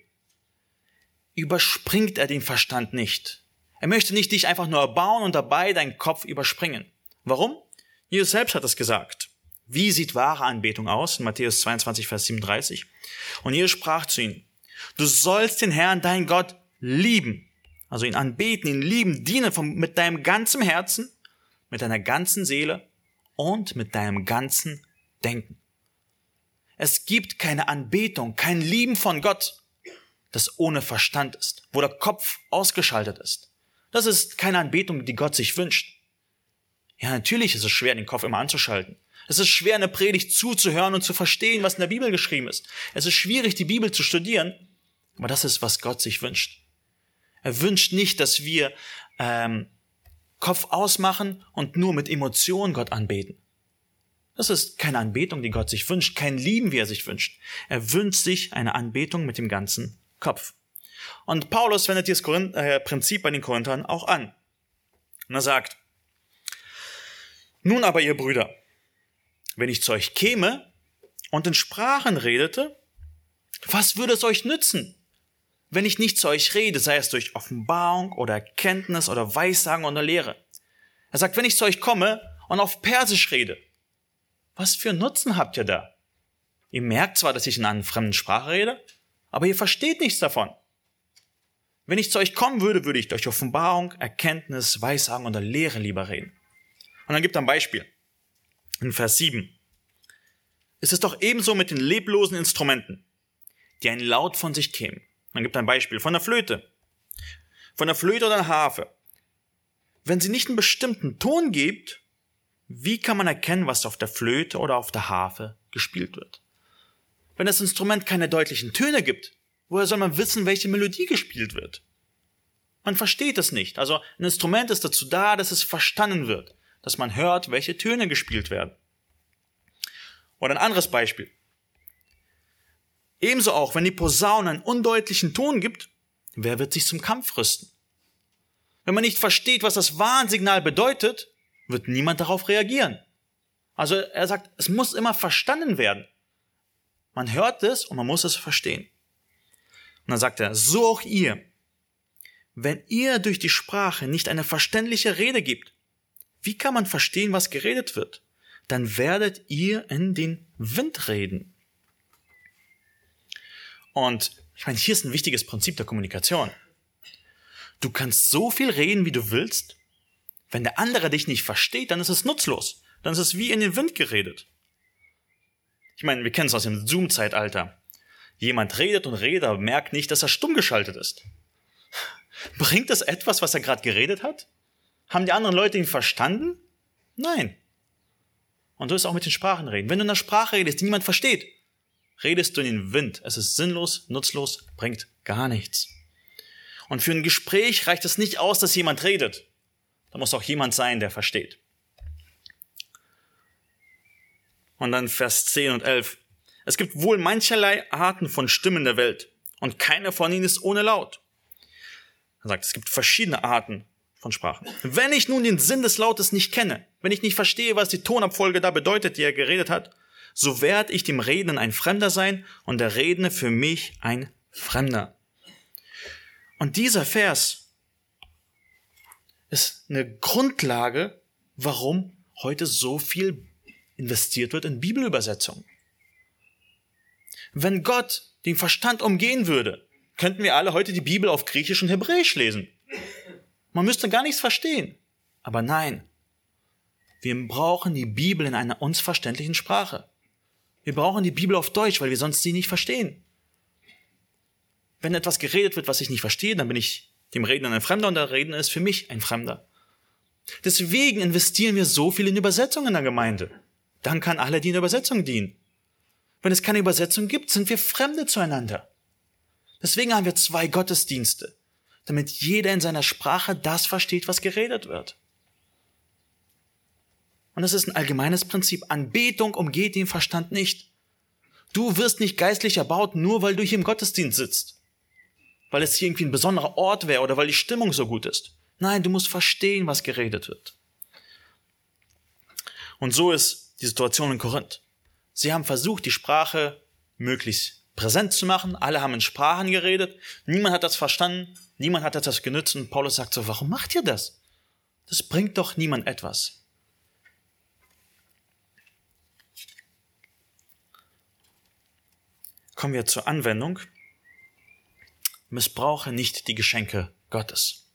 überspringt er den Verstand nicht. Er möchte nicht dich einfach nur erbauen und dabei deinen Kopf überspringen. Warum? Jesus selbst hat es gesagt. Wie sieht wahre Anbetung aus? In Matthäus 22, Vers 37. Und Jesus sprach zu ihnen, du sollst den Herrn, dein Gott, lieben. Also ihn anbeten, ihn lieben, dienen mit deinem ganzen Herzen, mit deiner ganzen Seele und mit deinem ganzen Denken. Es gibt keine Anbetung, kein Lieben von Gott, das ohne Verstand ist, wo der Kopf ausgeschaltet ist. Das ist keine Anbetung, die Gott sich wünscht. Ja, natürlich ist es schwer, den Kopf immer anzuschalten. Es ist schwer, eine Predigt zuzuhören und zu verstehen, was in der Bibel geschrieben ist. Es ist schwierig, die Bibel zu studieren, aber das ist, was Gott sich wünscht. Er wünscht nicht, dass wir Kopf ausmachen und nur mit Emotionen Gott anbeten. Das ist keine Anbetung, die Gott sich wünscht, kein Lieben, wie er sich wünscht. Er wünscht sich eine Anbetung mit dem ganzen Kopf. Und Paulus wendet dieses Prinzip bei den Korinthern auch an. Und er sagt, nun aber, ihr Brüder, wenn ich zu euch käme und in Sprachen redete, was würde es euch nützen, wenn ich nicht zu euch rede, sei es durch Offenbarung oder Erkenntnis oder Weissagen oder Lehre? Er sagt, wenn ich zu euch komme und auf Persisch rede, was für Nutzen habt ihr da? Ihr merkt zwar, dass ich in einer fremden Sprache rede, aber ihr versteht nichts davon. Wenn ich zu euch kommen würde, würde ich durch Offenbarung, Erkenntnis, Weissagen oder Lehre lieber reden. Und dann gibt er ein Beispiel. In Vers 7. Es ist doch ebenso mit den leblosen Instrumenten, die einen Laut von sich geben. Dann gibt er ein Beispiel von der Flöte. Von der Flöte oder der Harfe. Wenn sie nicht einen bestimmten Ton gibt, wie kann man erkennen, was auf der Flöte oder auf der Harfe gespielt wird? Wenn das Instrument keine deutlichen Töne gibt, woher soll man wissen, welche Melodie gespielt wird? Man versteht es nicht. Also ein Instrument ist dazu da, dass es verstanden wird, dass man hört, welche Töne gespielt werden. Oder ein anderes Beispiel. Ebenso auch, wenn die Posaune einen undeutlichen Ton gibt, wer wird sich zum Kampf rüsten? Wenn man nicht versteht, was das Warnsignal bedeutet, wird niemand darauf reagieren. Also er sagt, es muss immer verstanden werden. Man hört es und man muss es verstehen. Und dann sagt er, so auch ihr. Wenn ihr durch die Sprache nicht eine verständliche Rede gibt, wie kann man verstehen, was geredet wird? Dann werdet ihr in den Wind reden. Und ich meine, hier ist ein wichtiges Prinzip der Kommunikation. Du kannst so viel reden, wie du willst. Wenn der andere dich nicht versteht, dann ist es nutzlos. Dann ist es wie in den Wind geredet. Ich meine, wir kennen es aus dem Zoom-Zeitalter. Jemand redet und redet, aber merkt nicht, dass er stumm geschaltet ist. Bringt es etwas, was er gerade geredet hat? Haben die anderen Leute ihn verstanden? Nein. Und so ist es auch mit den Sprachenreden. Wenn du in einer Sprache redest, die niemand versteht, redest du in den Wind. Es ist sinnlos, nutzlos, bringt gar nichts. Und für ein Gespräch reicht es nicht aus, dass jemand redet. Da muss auch jemand sein, der versteht. Und dann Vers 10 und 11. Es gibt wohl mancherlei Arten von Stimmen der Welt und keine von ihnen ist ohne Laut. Er sagt, es gibt verschiedene Arten von Sprachen. Wenn ich nun den Sinn des Lautes nicht kenne, wenn ich nicht verstehe, was die Tonabfolge da bedeutet, die er geredet hat, so werde ich dem Redenden ein Fremder sein und der Redende für mich ein Fremder. Und dieser Vers ist eine Grundlage, warum heute so viel investiert wird in Bibelübersetzungen. Wenn Gott den Verstand umgehen würde, könnten wir alle heute die Bibel auf Griechisch und Hebräisch lesen. Man müsste gar nichts verstehen. Aber nein, wir brauchen die Bibel in einer uns verständlichen Sprache. Wir brauchen die Bibel auf Deutsch, weil wir sonst sie nicht verstehen. Wenn etwas geredet wird, was ich nicht verstehe, dann bin ich dem Redner ein Fremder und der Redner ist für mich ein Fremder. Deswegen investieren wir so viel in Übersetzungen in der Gemeinde. Dann kann alle, die in der Übersetzung dienen. Wenn es keine Übersetzung gibt, sind wir Fremde zueinander. Deswegen haben wir 2 Gottesdienste, damit jeder in seiner Sprache das versteht, was geredet wird. Und das ist ein allgemeines Prinzip. Anbetung umgeht den Verstand nicht. Du wirst nicht geistlich erbaut, nur weil du hier im Gottesdienst sitzt. Weil es hier irgendwie ein besonderer Ort wäre oder weil die Stimmung so gut ist. Nein, du musst verstehen, was geredet wird. Und so ist die Situation in Korinth. Sie haben versucht, die Sprache möglichst präsent zu machen. Alle haben in Sprachen geredet. Niemand hat das verstanden. Niemand hat das genützt. Und Paulus sagt so, warum macht ihr das? Das bringt doch niemand etwas. Kommen wir zur Anwendung. Missbrauche nicht die Geschenke Gottes.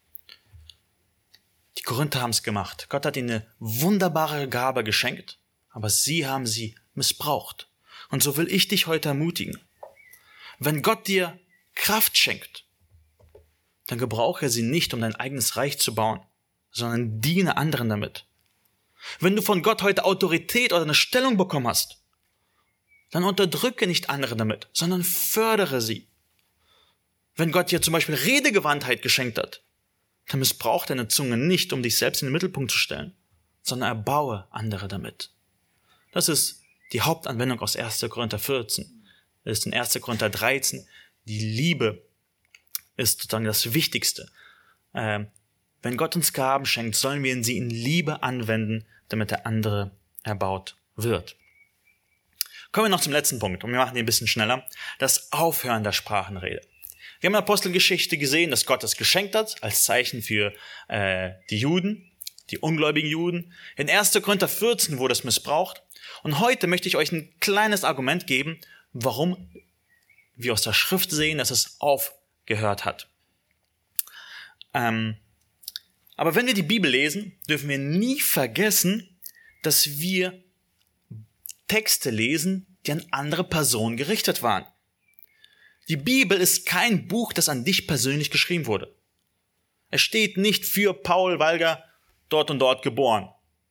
Die Korinther haben es gemacht. Gott hat ihnen eine wunderbare Gabe geschenkt, aber sie haben sie missbraucht. Und so will ich dich heute ermutigen. Wenn Gott dir Kraft schenkt, dann gebrauche sie nicht, um dein eigenes Reich zu bauen, sondern diene anderen damit. Wenn du von Gott heute Autorität oder eine Stellung bekommen hast, dann unterdrücke nicht andere damit, sondern fördere sie. Wenn Gott dir zum Beispiel Redegewandtheit geschenkt hat, dann missbrauch deine Zunge nicht, um dich selbst in den Mittelpunkt zu stellen, sondern erbaue andere damit. Das ist die Hauptanwendung aus 1. Korinther 14. Das ist in 1. Korinther 13. Die Liebe ist sozusagen das Wichtigste. Wenn Gott uns Gaben schenkt, sollen wir sie in Liebe anwenden, damit der andere erbaut wird. Kommen wir noch zum letzten Punkt und wir machen den ein bisschen schneller. Das Aufhören der Sprachenrede. Wir haben in der Apostelgeschichte gesehen, dass Gott es geschenkt hat als Zeichen für die Juden, die ungläubigen Juden. In 1. Korinther 14 wurde es missbraucht. Und heute möchte ich euch ein kleines Argument geben, warum wir aus der Schrift sehen, dass es aufgehört hat. Aber wenn wir die Bibel lesen, dürfen wir nie vergessen, dass wir Texte lesen, die an andere Personen gerichtet waren. Die Bibel ist kein Buch, das an dich persönlich geschrieben wurde. Es steht nicht für Paul Walger dort und dort geboren.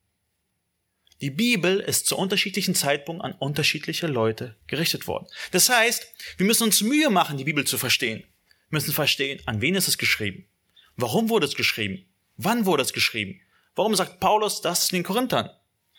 Die Bibel ist zu unterschiedlichen Zeitpunkten an unterschiedliche Leute gerichtet worden. Das heißt, wir müssen uns Mühe machen, die Bibel zu verstehen. Wir müssen verstehen, an wen ist es geschrieben? Warum wurde es geschrieben? Wann wurde es geschrieben? Warum sagt Paulus das den Korinthern?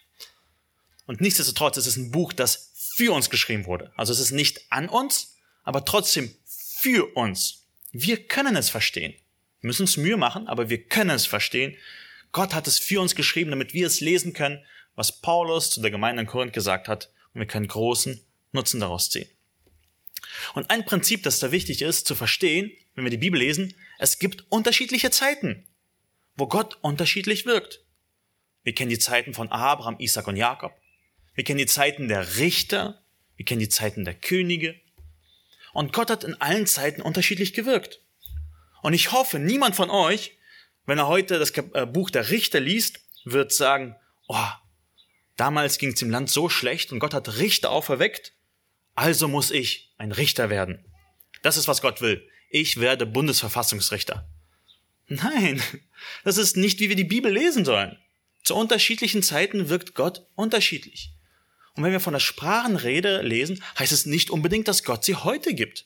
Und nichtsdestotrotz ist es ein Buch, das für uns geschrieben wurde. Also es ist nicht an uns, aber trotzdem für uns. Wir können es verstehen. Wir müssen uns Mühe machen, aber wir können es verstehen. Gott hat es für uns geschrieben, damit wir es lesen können, was Paulus zu der Gemeinde in Korinth gesagt hat. Und wir können großen Nutzen daraus ziehen. Und ein Prinzip, das da wichtig ist, zu verstehen, wenn wir die Bibel lesen, es gibt unterschiedliche Zeiten, wo Gott unterschiedlich wirkt. Wir kennen die Zeiten von Abraham, Isaac und Jakob. Wir kennen die Zeiten der Richter. Wir kennen die Zeiten der Könige. Und Gott hat in allen Zeiten unterschiedlich gewirkt. Und ich hoffe, niemand von euch, wenn er heute das Buch der Richter liest, wird sagen, oh, damals ging es im Land so schlecht und Gott hat Richter auferweckt, also muss ich ein Richter werden. Das ist, was Gott will. Ich werde Bundesverfassungsrichter. Nein, das ist nicht, wie wir die Bibel lesen sollen. Zu unterschiedlichen Zeiten wirkt Gott unterschiedlich. Und wenn wir von der Sprachenrede lesen, heißt es nicht unbedingt, dass Gott sie heute gibt.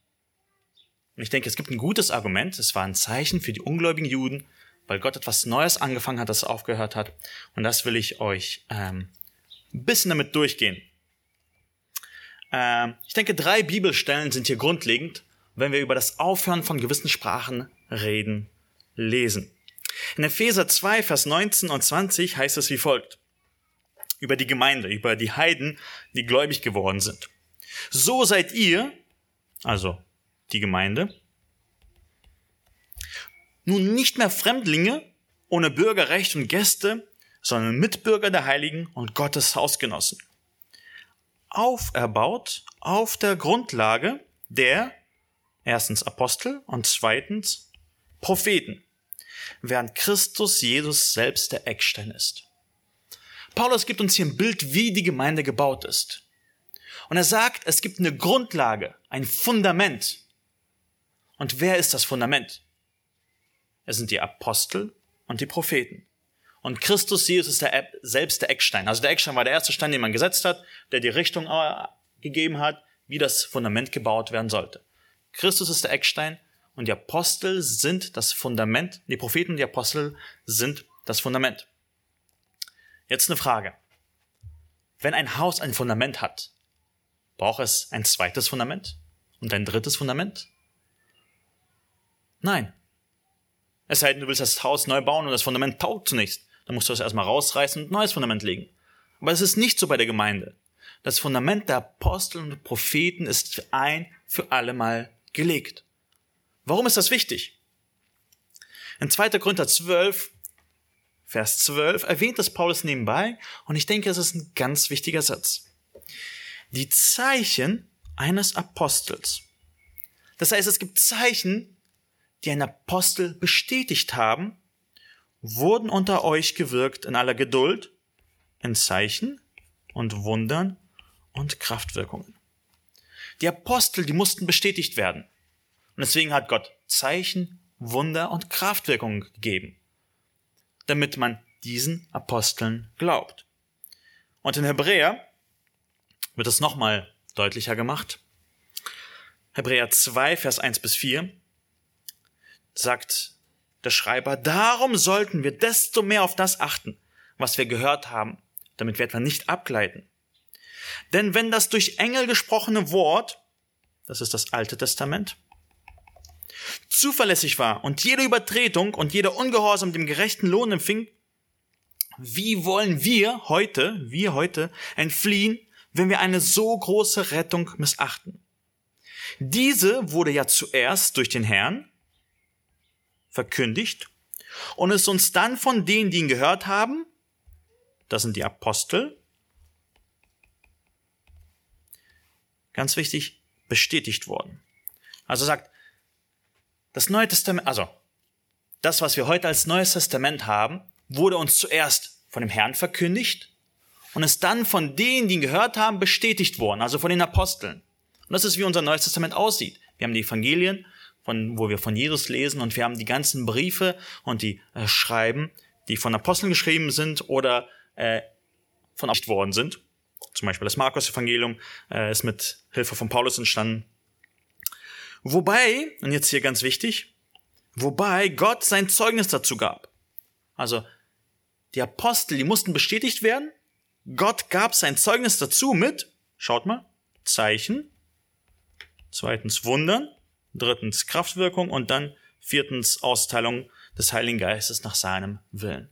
Und ich denke, es gibt ein gutes Argument. Es war ein Zeichen für die ungläubigen Juden, weil Gott etwas Neues angefangen hat, das aufgehört hat. Und das will ich euch ein bisschen damit durchgehen. Ich denke, 3 Bibelstellen sind hier grundlegend, wenn wir über das Aufhören von gewissen Sprachen reden, lesen. In Epheser 2, Vers 19 und 20 heißt es wie folgt. Über die Gemeinde, über die Heiden, die gläubig geworden sind. So seid ihr, also die Gemeinde, nun nicht mehr Fremdlinge, ohne Bürgerrecht und Gäste, sondern Mitbürger der Heiligen und Gottes Hausgenossen. Auferbaut auf der Grundlage der erstens Apostel und zweitens Propheten, während Christus Jesus selbst der Eckstein ist. Paulus gibt uns hier ein Bild, wie die Gemeinde gebaut ist. Und er sagt, es gibt eine Grundlage, ein Fundament. Und wer ist das Fundament? Es sind die Apostel und die Propheten. Und Christus Jesus ist selbst der Eckstein. Also der Eckstein war der erste Stein, den man gesetzt hat, der die Richtung gegeben hat, wie das Fundament gebaut werden sollte. Christus ist der Eckstein und die Apostel sind das Fundament. Die Propheten und die Apostel sind das Fundament. Jetzt eine Frage. Wenn ein Haus ein Fundament hat, braucht es ein zweites Fundament und ein drittes Fundament? Nein. Es sei denn, du willst das Haus neu bauen und das Fundament taugt zunächst. Dann musst du es erstmal rausreißen und ein neues Fundament legen. Aber es ist nicht so bei der Gemeinde. Das Fundament der Apostel und Propheten ist ein für alle Mal gelegt. Warum ist das wichtig? In 2. Korinther 12, Vers 12 erwähnt das Paulus nebenbei und ich denke, es ist ein ganz wichtiger Satz. Die Zeichen eines Apostels. Das heißt, es gibt Zeichen, die ein Apostel bestätigt haben, wurden unter euch gewirkt in aller Geduld, in Zeichen und Wundern und Kraftwirkungen. Die Apostel, die mussten bestätigt werden. Und deswegen hat Gott Zeichen, Wunder und Kraftwirkungen gegeben, damit man diesen Aposteln glaubt. Und in Hebräer wird es nochmal deutlicher gemacht. Hebräer 2, Vers 1 bis 4 sagt der Schreiber, darum sollten wir desto mehr auf das achten, was wir gehört haben, damit wir etwa nicht abgleiten. Denn wenn das durch Engel gesprochene Wort, das ist das Alte Testament, zuverlässig war und jede Übertretung und jeder Ungehorsam dem gerechten Lohn empfing, wie wollen wir heute entfliehen, wenn wir eine so große Rettung missachten? Diese wurde ja zuerst durch den Herrn verkündigt und ist uns dann von denen, die ihn gehört haben, das sind die Apostel, ganz wichtig, bestätigt worden. Also sagt, das Neue Testament, also das, was wir heute als Neues Testament haben, wurde uns zuerst von dem Herrn verkündigt und ist dann von denen, die ihn gehört haben, bestätigt worden, also von den Aposteln. Und das ist, wie unser Neues Testament aussieht. Wir haben die Evangelien, wo wir von Jesus lesen, und wir haben die ganzen Briefe und die Schreiben, die von Aposteln geschrieben sind oder von worden sind. Zum Beispiel das Markus-Evangelium ist mit Hilfe von Paulus entstanden. Wobei, und jetzt hier ganz wichtig, wobei Gott sein Zeugnis dazu gab. Also die Apostel, die mussten bestätigt werden. Gott gab sein Zeugnis dazu mit, schaut mal, Zeichen, zweitens Wundern, drittens Kraftwirkung und dann viertens Austeilung des Heiligen Geistes nach seinem Willen.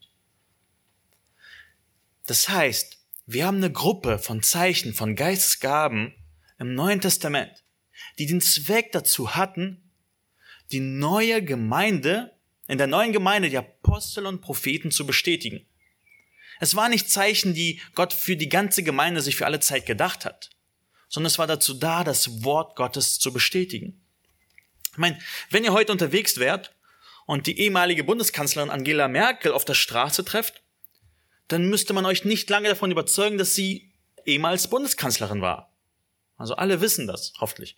Das heißt, wir haben eine Gruppe von Zeichen, von Geistesgaben im Neuen Testament, die den Zweck dazu hatten, die neue Gemeinde, in der neuen Gemeinde die Apostel und Propheten zu bestätigen. Es waren nicht Zeichen, die Gott für die ganze Gemeinde sich für alle Zeit gedacht hat, sondern es war dazu da, das Wort Gottes zu bestätigen. Ich meine, wenn ihr heute unterwegs wärt und die ehemalige Bundeskanzlerin Angela Merkel auf der Straße trefft, dann müsste man euch nicht lange davon überzeugen, dass sie ehemals Bundeskanzlerin war. Also alle wissen das, hoffentlich.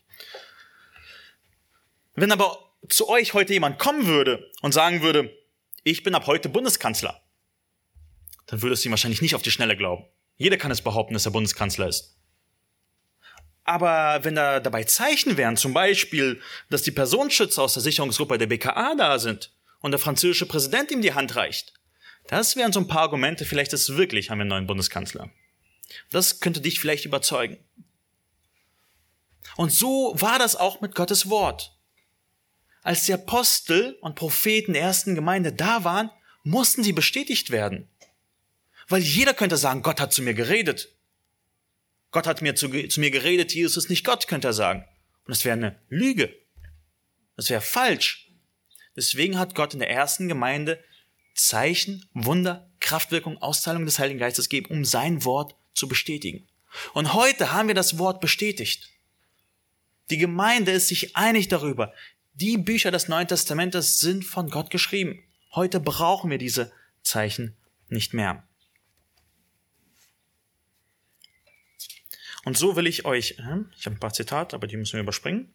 Wenn aber zu euch heute jemand kommen würde und sagen würde, ich bin ab heute Bundeskanzler, dann würdest du ihm wahrscheinlich nicht auf die Schnelle glauben. Jeder kann es behaupten, dass er Bundeskanzler ist. Aber wenn da dabei Zeichen wären, zum Beispiel, dass die Personenschützer aus der Sicherungsgruppe der BKA da sind und der französische Präsident ihm die Hand reicht, das wären so ein paar Argumente, vielleicht ist es wirklich, haben wir einen neuen Bundeskanzler. Das könnte dich vielleicht überzeugen. Und so war das auch mit Gottes Wort. als die Apostel und Propheten der ersten Gemeinde da waren, mussten sie bestätigt werden. Weil jeder könnte sagen, Gott hat zu mir geredet. Gott hat zu mir geredet, Jesus ist nicht Gott, könnte er sagen. Und das wäre eine Lüge. Das wäre falsch. Deswegen hat Gott in der ersten Gemeinde Zeichen, Wunder, Kraftwirkung, Auszahlung des Heiligen Geistes gegeben, um sein Wort zu bestätigen. Und heute haben wir das Wort bestätigt. Die Gemeinde ist sich einig darüber. Die Bücher des Neuen Testamentes sind von Gott geschrieben. Heute brauchen wir diese Zeichen nicht mehr. Und so will ich euch, ich habe ein paar Zitate, aber die müssen wir überspringen.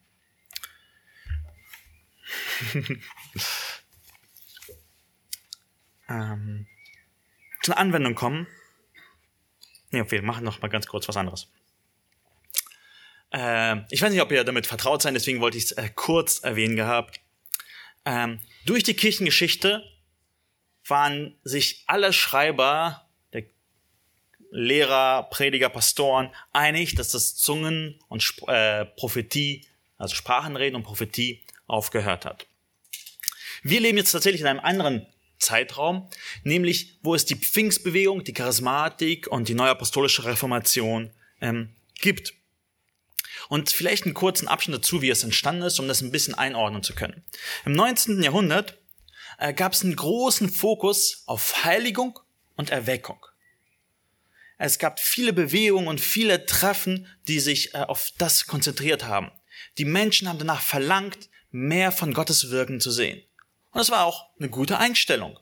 Zur Anwendung kommen. Wir machen noch mal ganz kurz was anderes. Ich weiß nicht, ob ihr damit vertraut seid, deswegen wollte ich es kurz erwähnen gehabt. Durch die Kirchengeschichte waren sich alle Schreiber, der Lehrer, Prediger, Pastoren einig, dass das Zungen und Prophetie, also Sprachenreden und Prophetie, aufgehört hat. Wir leben jetzt tatsächlich in einem anderen Zeitraum, nämlich wo es die Pfingstbewegung, die Charismatik und die neuapostolische Reformation gibt. Und vielleicht einen kurzen Abschnitt dazu, wie es entstanden ist, um das ein bisschen einordnen zu können. Im 19. Jahrhundert gab es einen großen Fokus auf Heiligung und Erweckung. Es gab viele Bewegungen und viele Treffen, die sich auf das konzentriert haben. Die Menschen haben danach verlangt, mehr von Gottes Wirken zu sehen. Und das war auch eine gute Einstellung.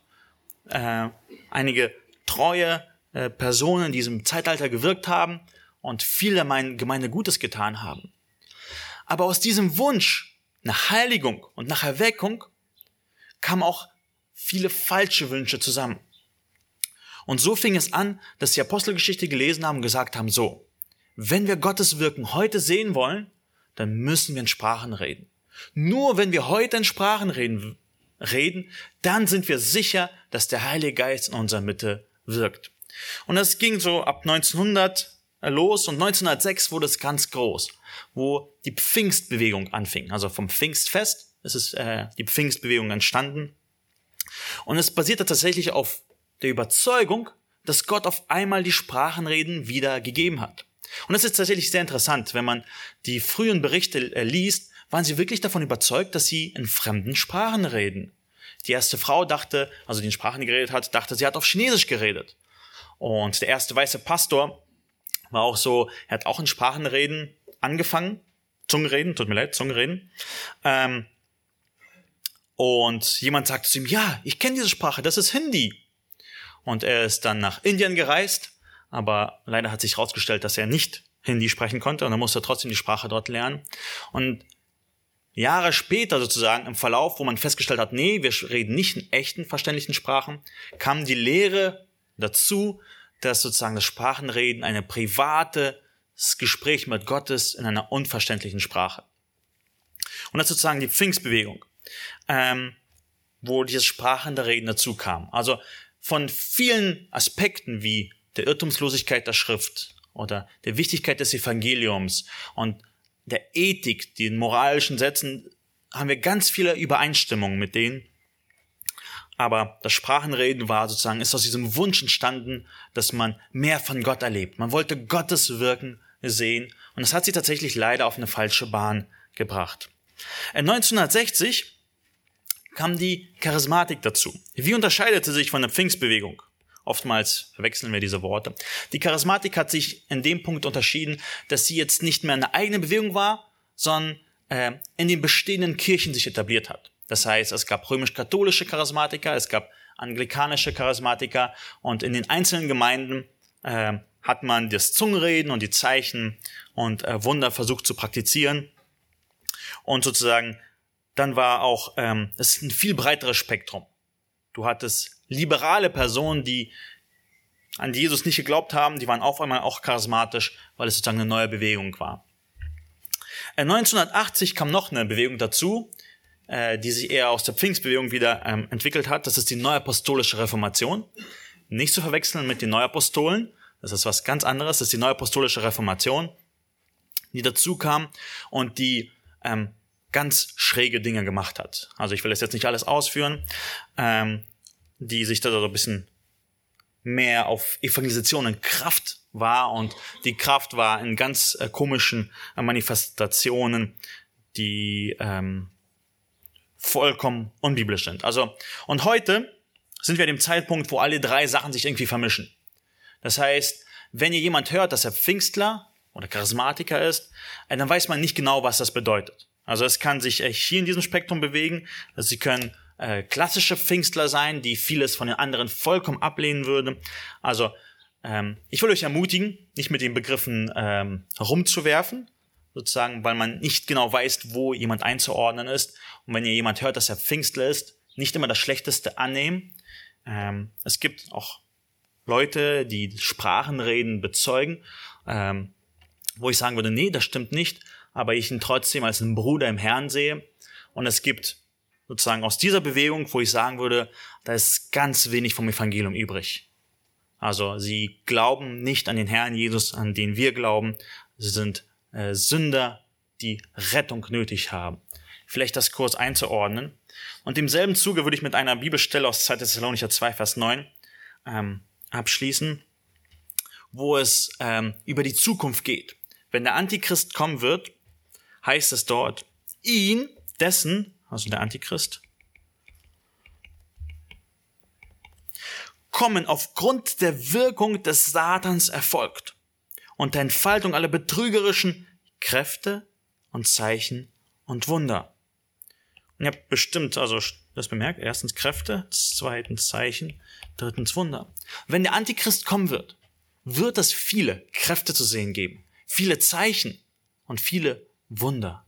Einige treue Personen in diesem Zeitalter gewirkt haben und viel der Gemeinde Gutes getan haben. Aber aus diesem Wunsch nach Heiligung und nach Erweckung kamen auch viele falsche Wünsche zusammen. Und so fing es an, dass die Apostelgeschichte gelesen haben und gesagt haben, so, wenn wir Gottes Wirken heute sehen wollen, dann müssen wir in Sprachen reden. Nur wenn wir heute in Sprachen reden, dann sind wir sicher, dass der Heilige Geist in unserer Mitte wirkt. Und das ging so ab 1900 los und 1906 wurde es ganz groß, wo die Pfingstbewegung anfing. Also vom Pfingstfest ist die Pfingstbewegung entstanden. Und es basierte tatsächlich auf der Überzeugung, dass Gott auf einmal die Sprachenreden wieder gegeben hat. Und das ist tatsächlich sehr interessant. Wenn man die frühen Berichte liest, waren sie wirklich davon überzeugt, dass sie in fremden Sprachen reden. Die erste Frau dachte, also die in Sprachen geredet hat, dachte, sie hat auf Chinesisch geredet. Und der erste weiße Pastor war auch so, er hat auch in Sprachenreden angefangen, Zungenreden. Und jemand sagte zu ihm, ja, ich kenne diese Sprache, das ist Hindi. Und er ist dann nach Indien gereist, aber leider hat sich herausgestellt, dass er nicht Hindi sprechen konnte und er musste trotzdem die Sprache dort lernen. Und Jahre später sozusagen im Verlauf, wo man festgestellt hat, nee, wir reden nicht in echten, verständlichen Sprachen, kam die Lehre dazu, dass sozusagen das Sprachenreden ein privates Gespräch mit Gott ist in einer unverständlichen Sprache. Und das ist sozusagen die Pfingstbewegung, wo dieses sprachende Reden dazu kam. Also von vielen Aspekten wie der Irrtumslosigkeit der Schrift oder der Wichtigkeit des Evangeliums und der Ethik, den moralischen Sätzen, haben wir ganz viele Übereinstimmungen mit denen. Aber das Sprachenreden ist aus diesem Wunsch entstanden, dass man mehr von Gott erlebt. Man wollte Gottes Wirken sehen und das hat sie tatsächlich leider auf eine falsche Bahn gebracht. 1960 kam die Charismatik dazu. Wie unterscheidete sie sich von der Pfingstbewegung? Oftmals verwechseln wir diese Worte. Die Charismatik hat sich in dem Punkt unterschieden, dass sie jetzt nicht mehr eine eigene Bewegung war, sondern in den bestehenden Kirchen sich etabliert hat. Das heißt, es gab römisch-katholische Charismatiker, es gab anglikanische Charismatiker und in den einzelnen Gemeinden hat man das Zungenreden und die Zeichen und Wunder versucht zu praktizieren. Und sozusagen, dann war auch, es ist ein viel breiteres Spektrum. Du hattest liberale Personen, die an Jesus nicht geglaubt haben, die waren auf einmal auch charismatisch, weil es sozusagen eine neue Bewegung war. 1980 kam noch eine Bewegung dazu, die sich eher aus der Pfingstbewegung wieder entwickelt hat. Das ist die neuapostolische Reformation. Nicht zu verwechseln mit den Neuapostolen. Das ist was ganz anderes. Das ist die neuapostolische Reformation, die dazu kam und die ganz schräge Dinge gemacht hat. Also ich will das jetzt nicht alles ausführen, die sich da so ein bisschen mehr auf Evangelisation und Kraft war, und die Kraft war in ganz komischen Manifestationen, die vollkommen unbiblisch sind. Also, und heute sind wir an dem Zeitpunkt, wo alle drei Sachen sich irgendwie vermischen. Das heißt, wenn ihr jemand hört, dass er Pfingstler oder Charismatiker ist, dann weiß man nicht genau, was das bedeutet. Also es kann sich hier in diesem Spektrum bewegen. Also sie können klassische Pfingstler sein, die vieles von den anderen vollkommen ablehnen würden. Also ich will euch ermutigen, nicht mit den Begriffen rumzuwerfen, sozusagen, weil man nicht genau weiß, wo jemand einzuordnen ist. Und wenn ihr jemand hört, dass er Pfingstler ist, nicht immer das Schlechteste annehmen. Es gibt auch Leute, die Sprachenreden bezeugen, wo ich sagen würde, nee, das stimmt nicht, aber ich ihn trotzdem als einen Bruder im Herrn sehe. Und es gibt sozusagen aus dieser Bewegung, wo ich sagen würde, da ist ganz wenig vom Evangelium übrig. Also sie glauben nicht an den Herrn Jesus, an den wir glauben. Sie sind Sünder, die Rettung nötig haben. Vielleicht das kurz einzuordnen. Und im selben Zuge würde ich mit einer Bibelstelle aus 2. Thessalonicher 2, Vers 9 abschließen, wo es über die Zukunft geht. Wenn der Antichrist kommen wird, heißt es dort, also der Antichrist, kommen aufgrund der Wirkung des Satans erfolgt und der Entfaltung aller betrügerischen Kräfte und Zeichen und Wunder. Und ihr habt bestimmt das bemerkt. Erstens Kräfte, zweitens Zeichen, drittens Wunder. Wenn der Antichrist kommen wird, wird es viele Kräfte zu sehen geben, viele Zeichen und viele Wunder.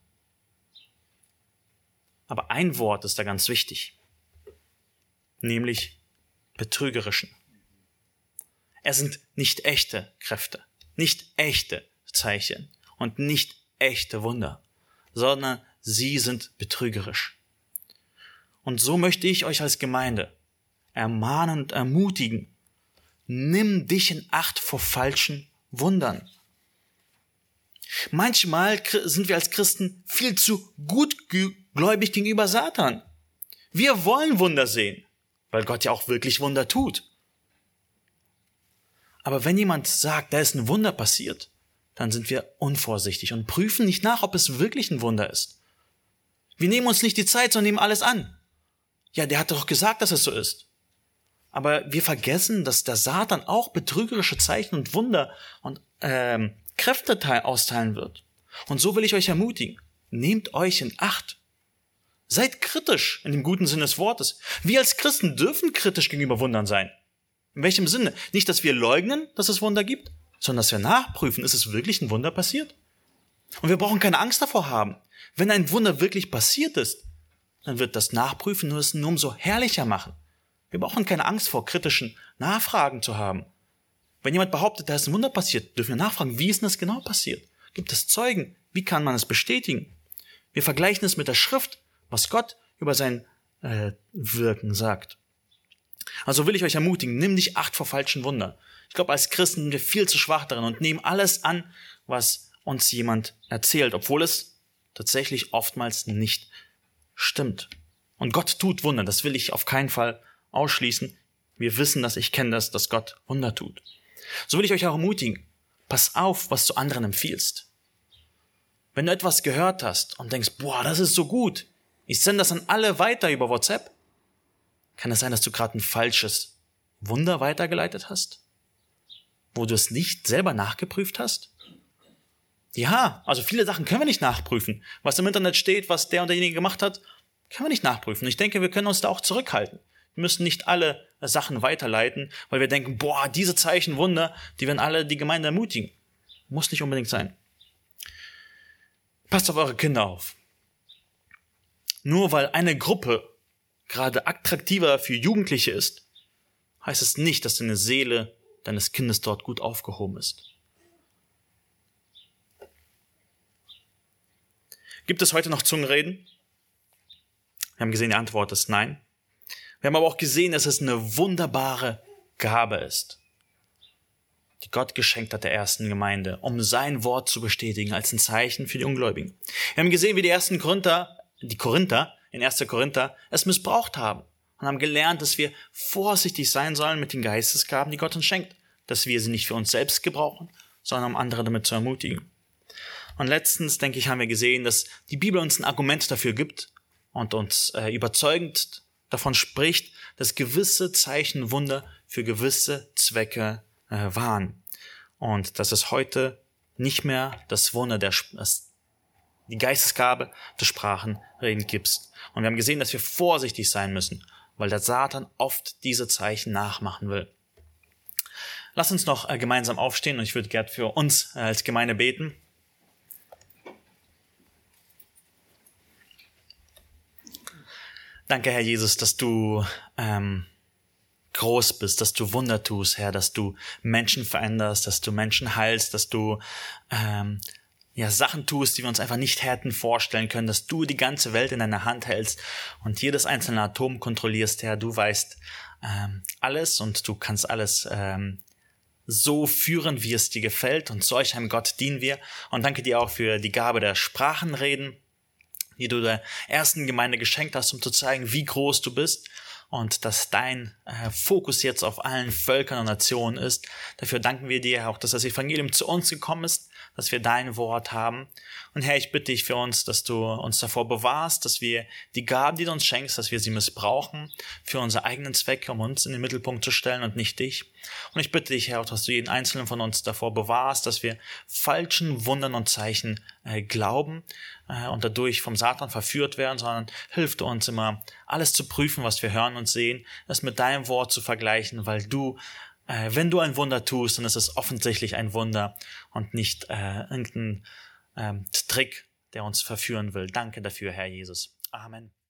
Aber ein Wort ist da ganz wichtig, nämlich betrügerischen. Es sind nicht echte Kräfte, nicht echte Zeichen und nicht echte Wunder, sondern sie sind betrügerisch. Und so möchte ich euch als Gemeinde ermahnen und ermutigen, nimm dich in Acht vor falschen Wundern. Manchmal sind wir als Christen viel zu gutgläubig gegenüber Satan. Wir wollen Wunder sehen, weil Gott ja auch wirklich Wunder tut. Aber wenn jemand sagt, da ist ein Wunder passiert, dann sind wir unvorsichtig und prüfen nicht nach, ob es wirklich ein Wunder ist. Wir nehmen uns nicht die Zeit, sondern nehmen alles an. Ja, der hat doch gesagt, dass es so ist. Aber wir vergessen, dass der Satan auch betrügerische Zeichen und Wunder und Kräfte austeilen wird. Und so will ich euch ermutigen, nehmt euch in Acht. Seid kritisch in dem guten Sinne des Wortes. Wir als Christen dürfen kritisch gegenüber Wundern sein. In welchem Sinne? Nicht, dass wir leugnen, dass es Wunder gibt, sondern dass wir nachprüfen, ist es wirklich ein Wunder passiert? Und wir brauchen keine Angst davor haben. Wenn ein Wunder wirklich passiert ist, dann wird das Nachprüfen nur umso herrlicher machen. Wir brauchen keine Angst vor kritischen Nachfragen zu haben. Wenn jemand behauptet, da ist ein Wunder passiert, dürfen wir nachfragen, wie ist denn das genau passiert? Gibt es Zeugen? Wie kann man es bestätigen? Wir vergleichen es mit der Schrift, was Gott über sein Wirken sagt. Also will ich euch ermutigen, nimm dich Acht vor falschen Wundern. Ich glaube, als Christen sind wir viel zu schwach darin und nehmen alles an, was uns jemand erzählt, obwohl es tatsächlich oftmals nicht stimmt. Und Gott tut Wunder, das will ich auf keinen Fall ausschließen. Wir wissen das, ich kenne das, dass Gott Wunder tut. So will ich euch auch ermutigen, pass auf, was du anderen empfiehlst. Wenn du etwas gehört hast und denkst, boah, das ist so gut, ich sende das an alle weiter über WhatsApp, kann es sein, dass du gerade ein falsches Wunder weitergeleitet hast? Wo du es nicht selber nachgeprüft hast? Ja, also viele Sachen können wir nicht nachprüfen. Was im Internet steht, was der und derjenige gemacht hat, können wir nicht nachprüfen. Ich denke, wir können uns da auch zurückhalten. Wir müssen nicht alle Sachen weiterleiten, weil wir denken, boah, diese Zeichen, Wunder, die werden alle die Gemeinde ermutigen. Muss nicht unbedingt sein. Passt auf eure Kinder auf. Nur weil eine Gruppe gerade attraktiver für Jugendliche ist, heißt es nicht, dass deine Seele deines Kindes dort gut aufgehoben ist. Gibt es heute noch Zungenreden? Wir haben gesehen, die Antwort ist nein. Wir haben aber auch gesehen, dass es eine wunderbare Gabe ist. die Gott geschenkt hat der ersten Gemeinde, um sein Wort zu bestätigen als ein Zeichen für die Ungläubigen. Wir haben gesehen, wie die Korinther in 1. Korinther es missbraucht haben und haben gelernt, dass wir vorsichtig sein sollen mit den Geistesgaben, die Gott uns schenkt, dass wir sie nicht für uns selbst gebrauchen, sondern um andere damit zu ermutigen. Und letztens, denke ich, haben wir gesehen, dass die Bibel uns ein Argument dafür gibt und uns überzeugend davon spricht, dass gewisse Zeichen, Wunder für gewisse Zwecke waren. Und dass es heute nicht mehr das Wunder, die Geistesgabe des Sprachenreden gibt. Und wir haben gesehen, dass wir vorsichtig sein müssen, weil der Satan oft diese Zeichen nachmachen will. Lass uns noch gemeinsam aufstehen und ich würde gerne für uns als Gemeinde beten. Danke, Herr Jesus, dass du groß bist, dass du Wunder tust, Herr, dass du Menschen veränderst, dass du Menschen heilst, dass du Sachen tust, die wir uns einfach nicht hätten vorstellen können, dass du die ganze Welt in deiner Hand hältst und jedes einzelne Atom kontrollierst, Herr. Du weißt alles und du kannst alles so führen, wie es dir gefällt, und solch einem Gott dienen wir. Und danke dir auch für die Gabe der Sprachenreden, die du der ersten Gemeinde geschenkt hast, um zu zeigen, wie groß du bist und dass dein Fokus jetzt auf allen Völkern und Nationen ist. Dafür danken wir dir auch, dass das Evangelium zu uns gekommen ist, dass wir dein Wort haben. Und Herr, ich bitte dich für uns, dass du uns davor bewahrst, dass wir die Gaben, die du uns schenkst, dass wir sie missbrauchen für unsere eigenen Zwecke, um uns in den Mittelpunkt zu stellen und nicht dich. Und ich bitte dich, Herr, auch, dass du jeden Einzelnen von uns davor bewahrst, dass wir falschen Wundern und Zeichen glauben und dadurch vom Satan verführt werden, sondern hilf uns immer, alles zu prüfen, was wir hören und sehen, es mit deinem Wort zu vergleichen, weil du wenn du ein Wunder tust, dann ist es offensichtlich ein Wunder und nicht irgendein Trick, der uns verführen will. Danke dafür, Herr Jesus. Amen.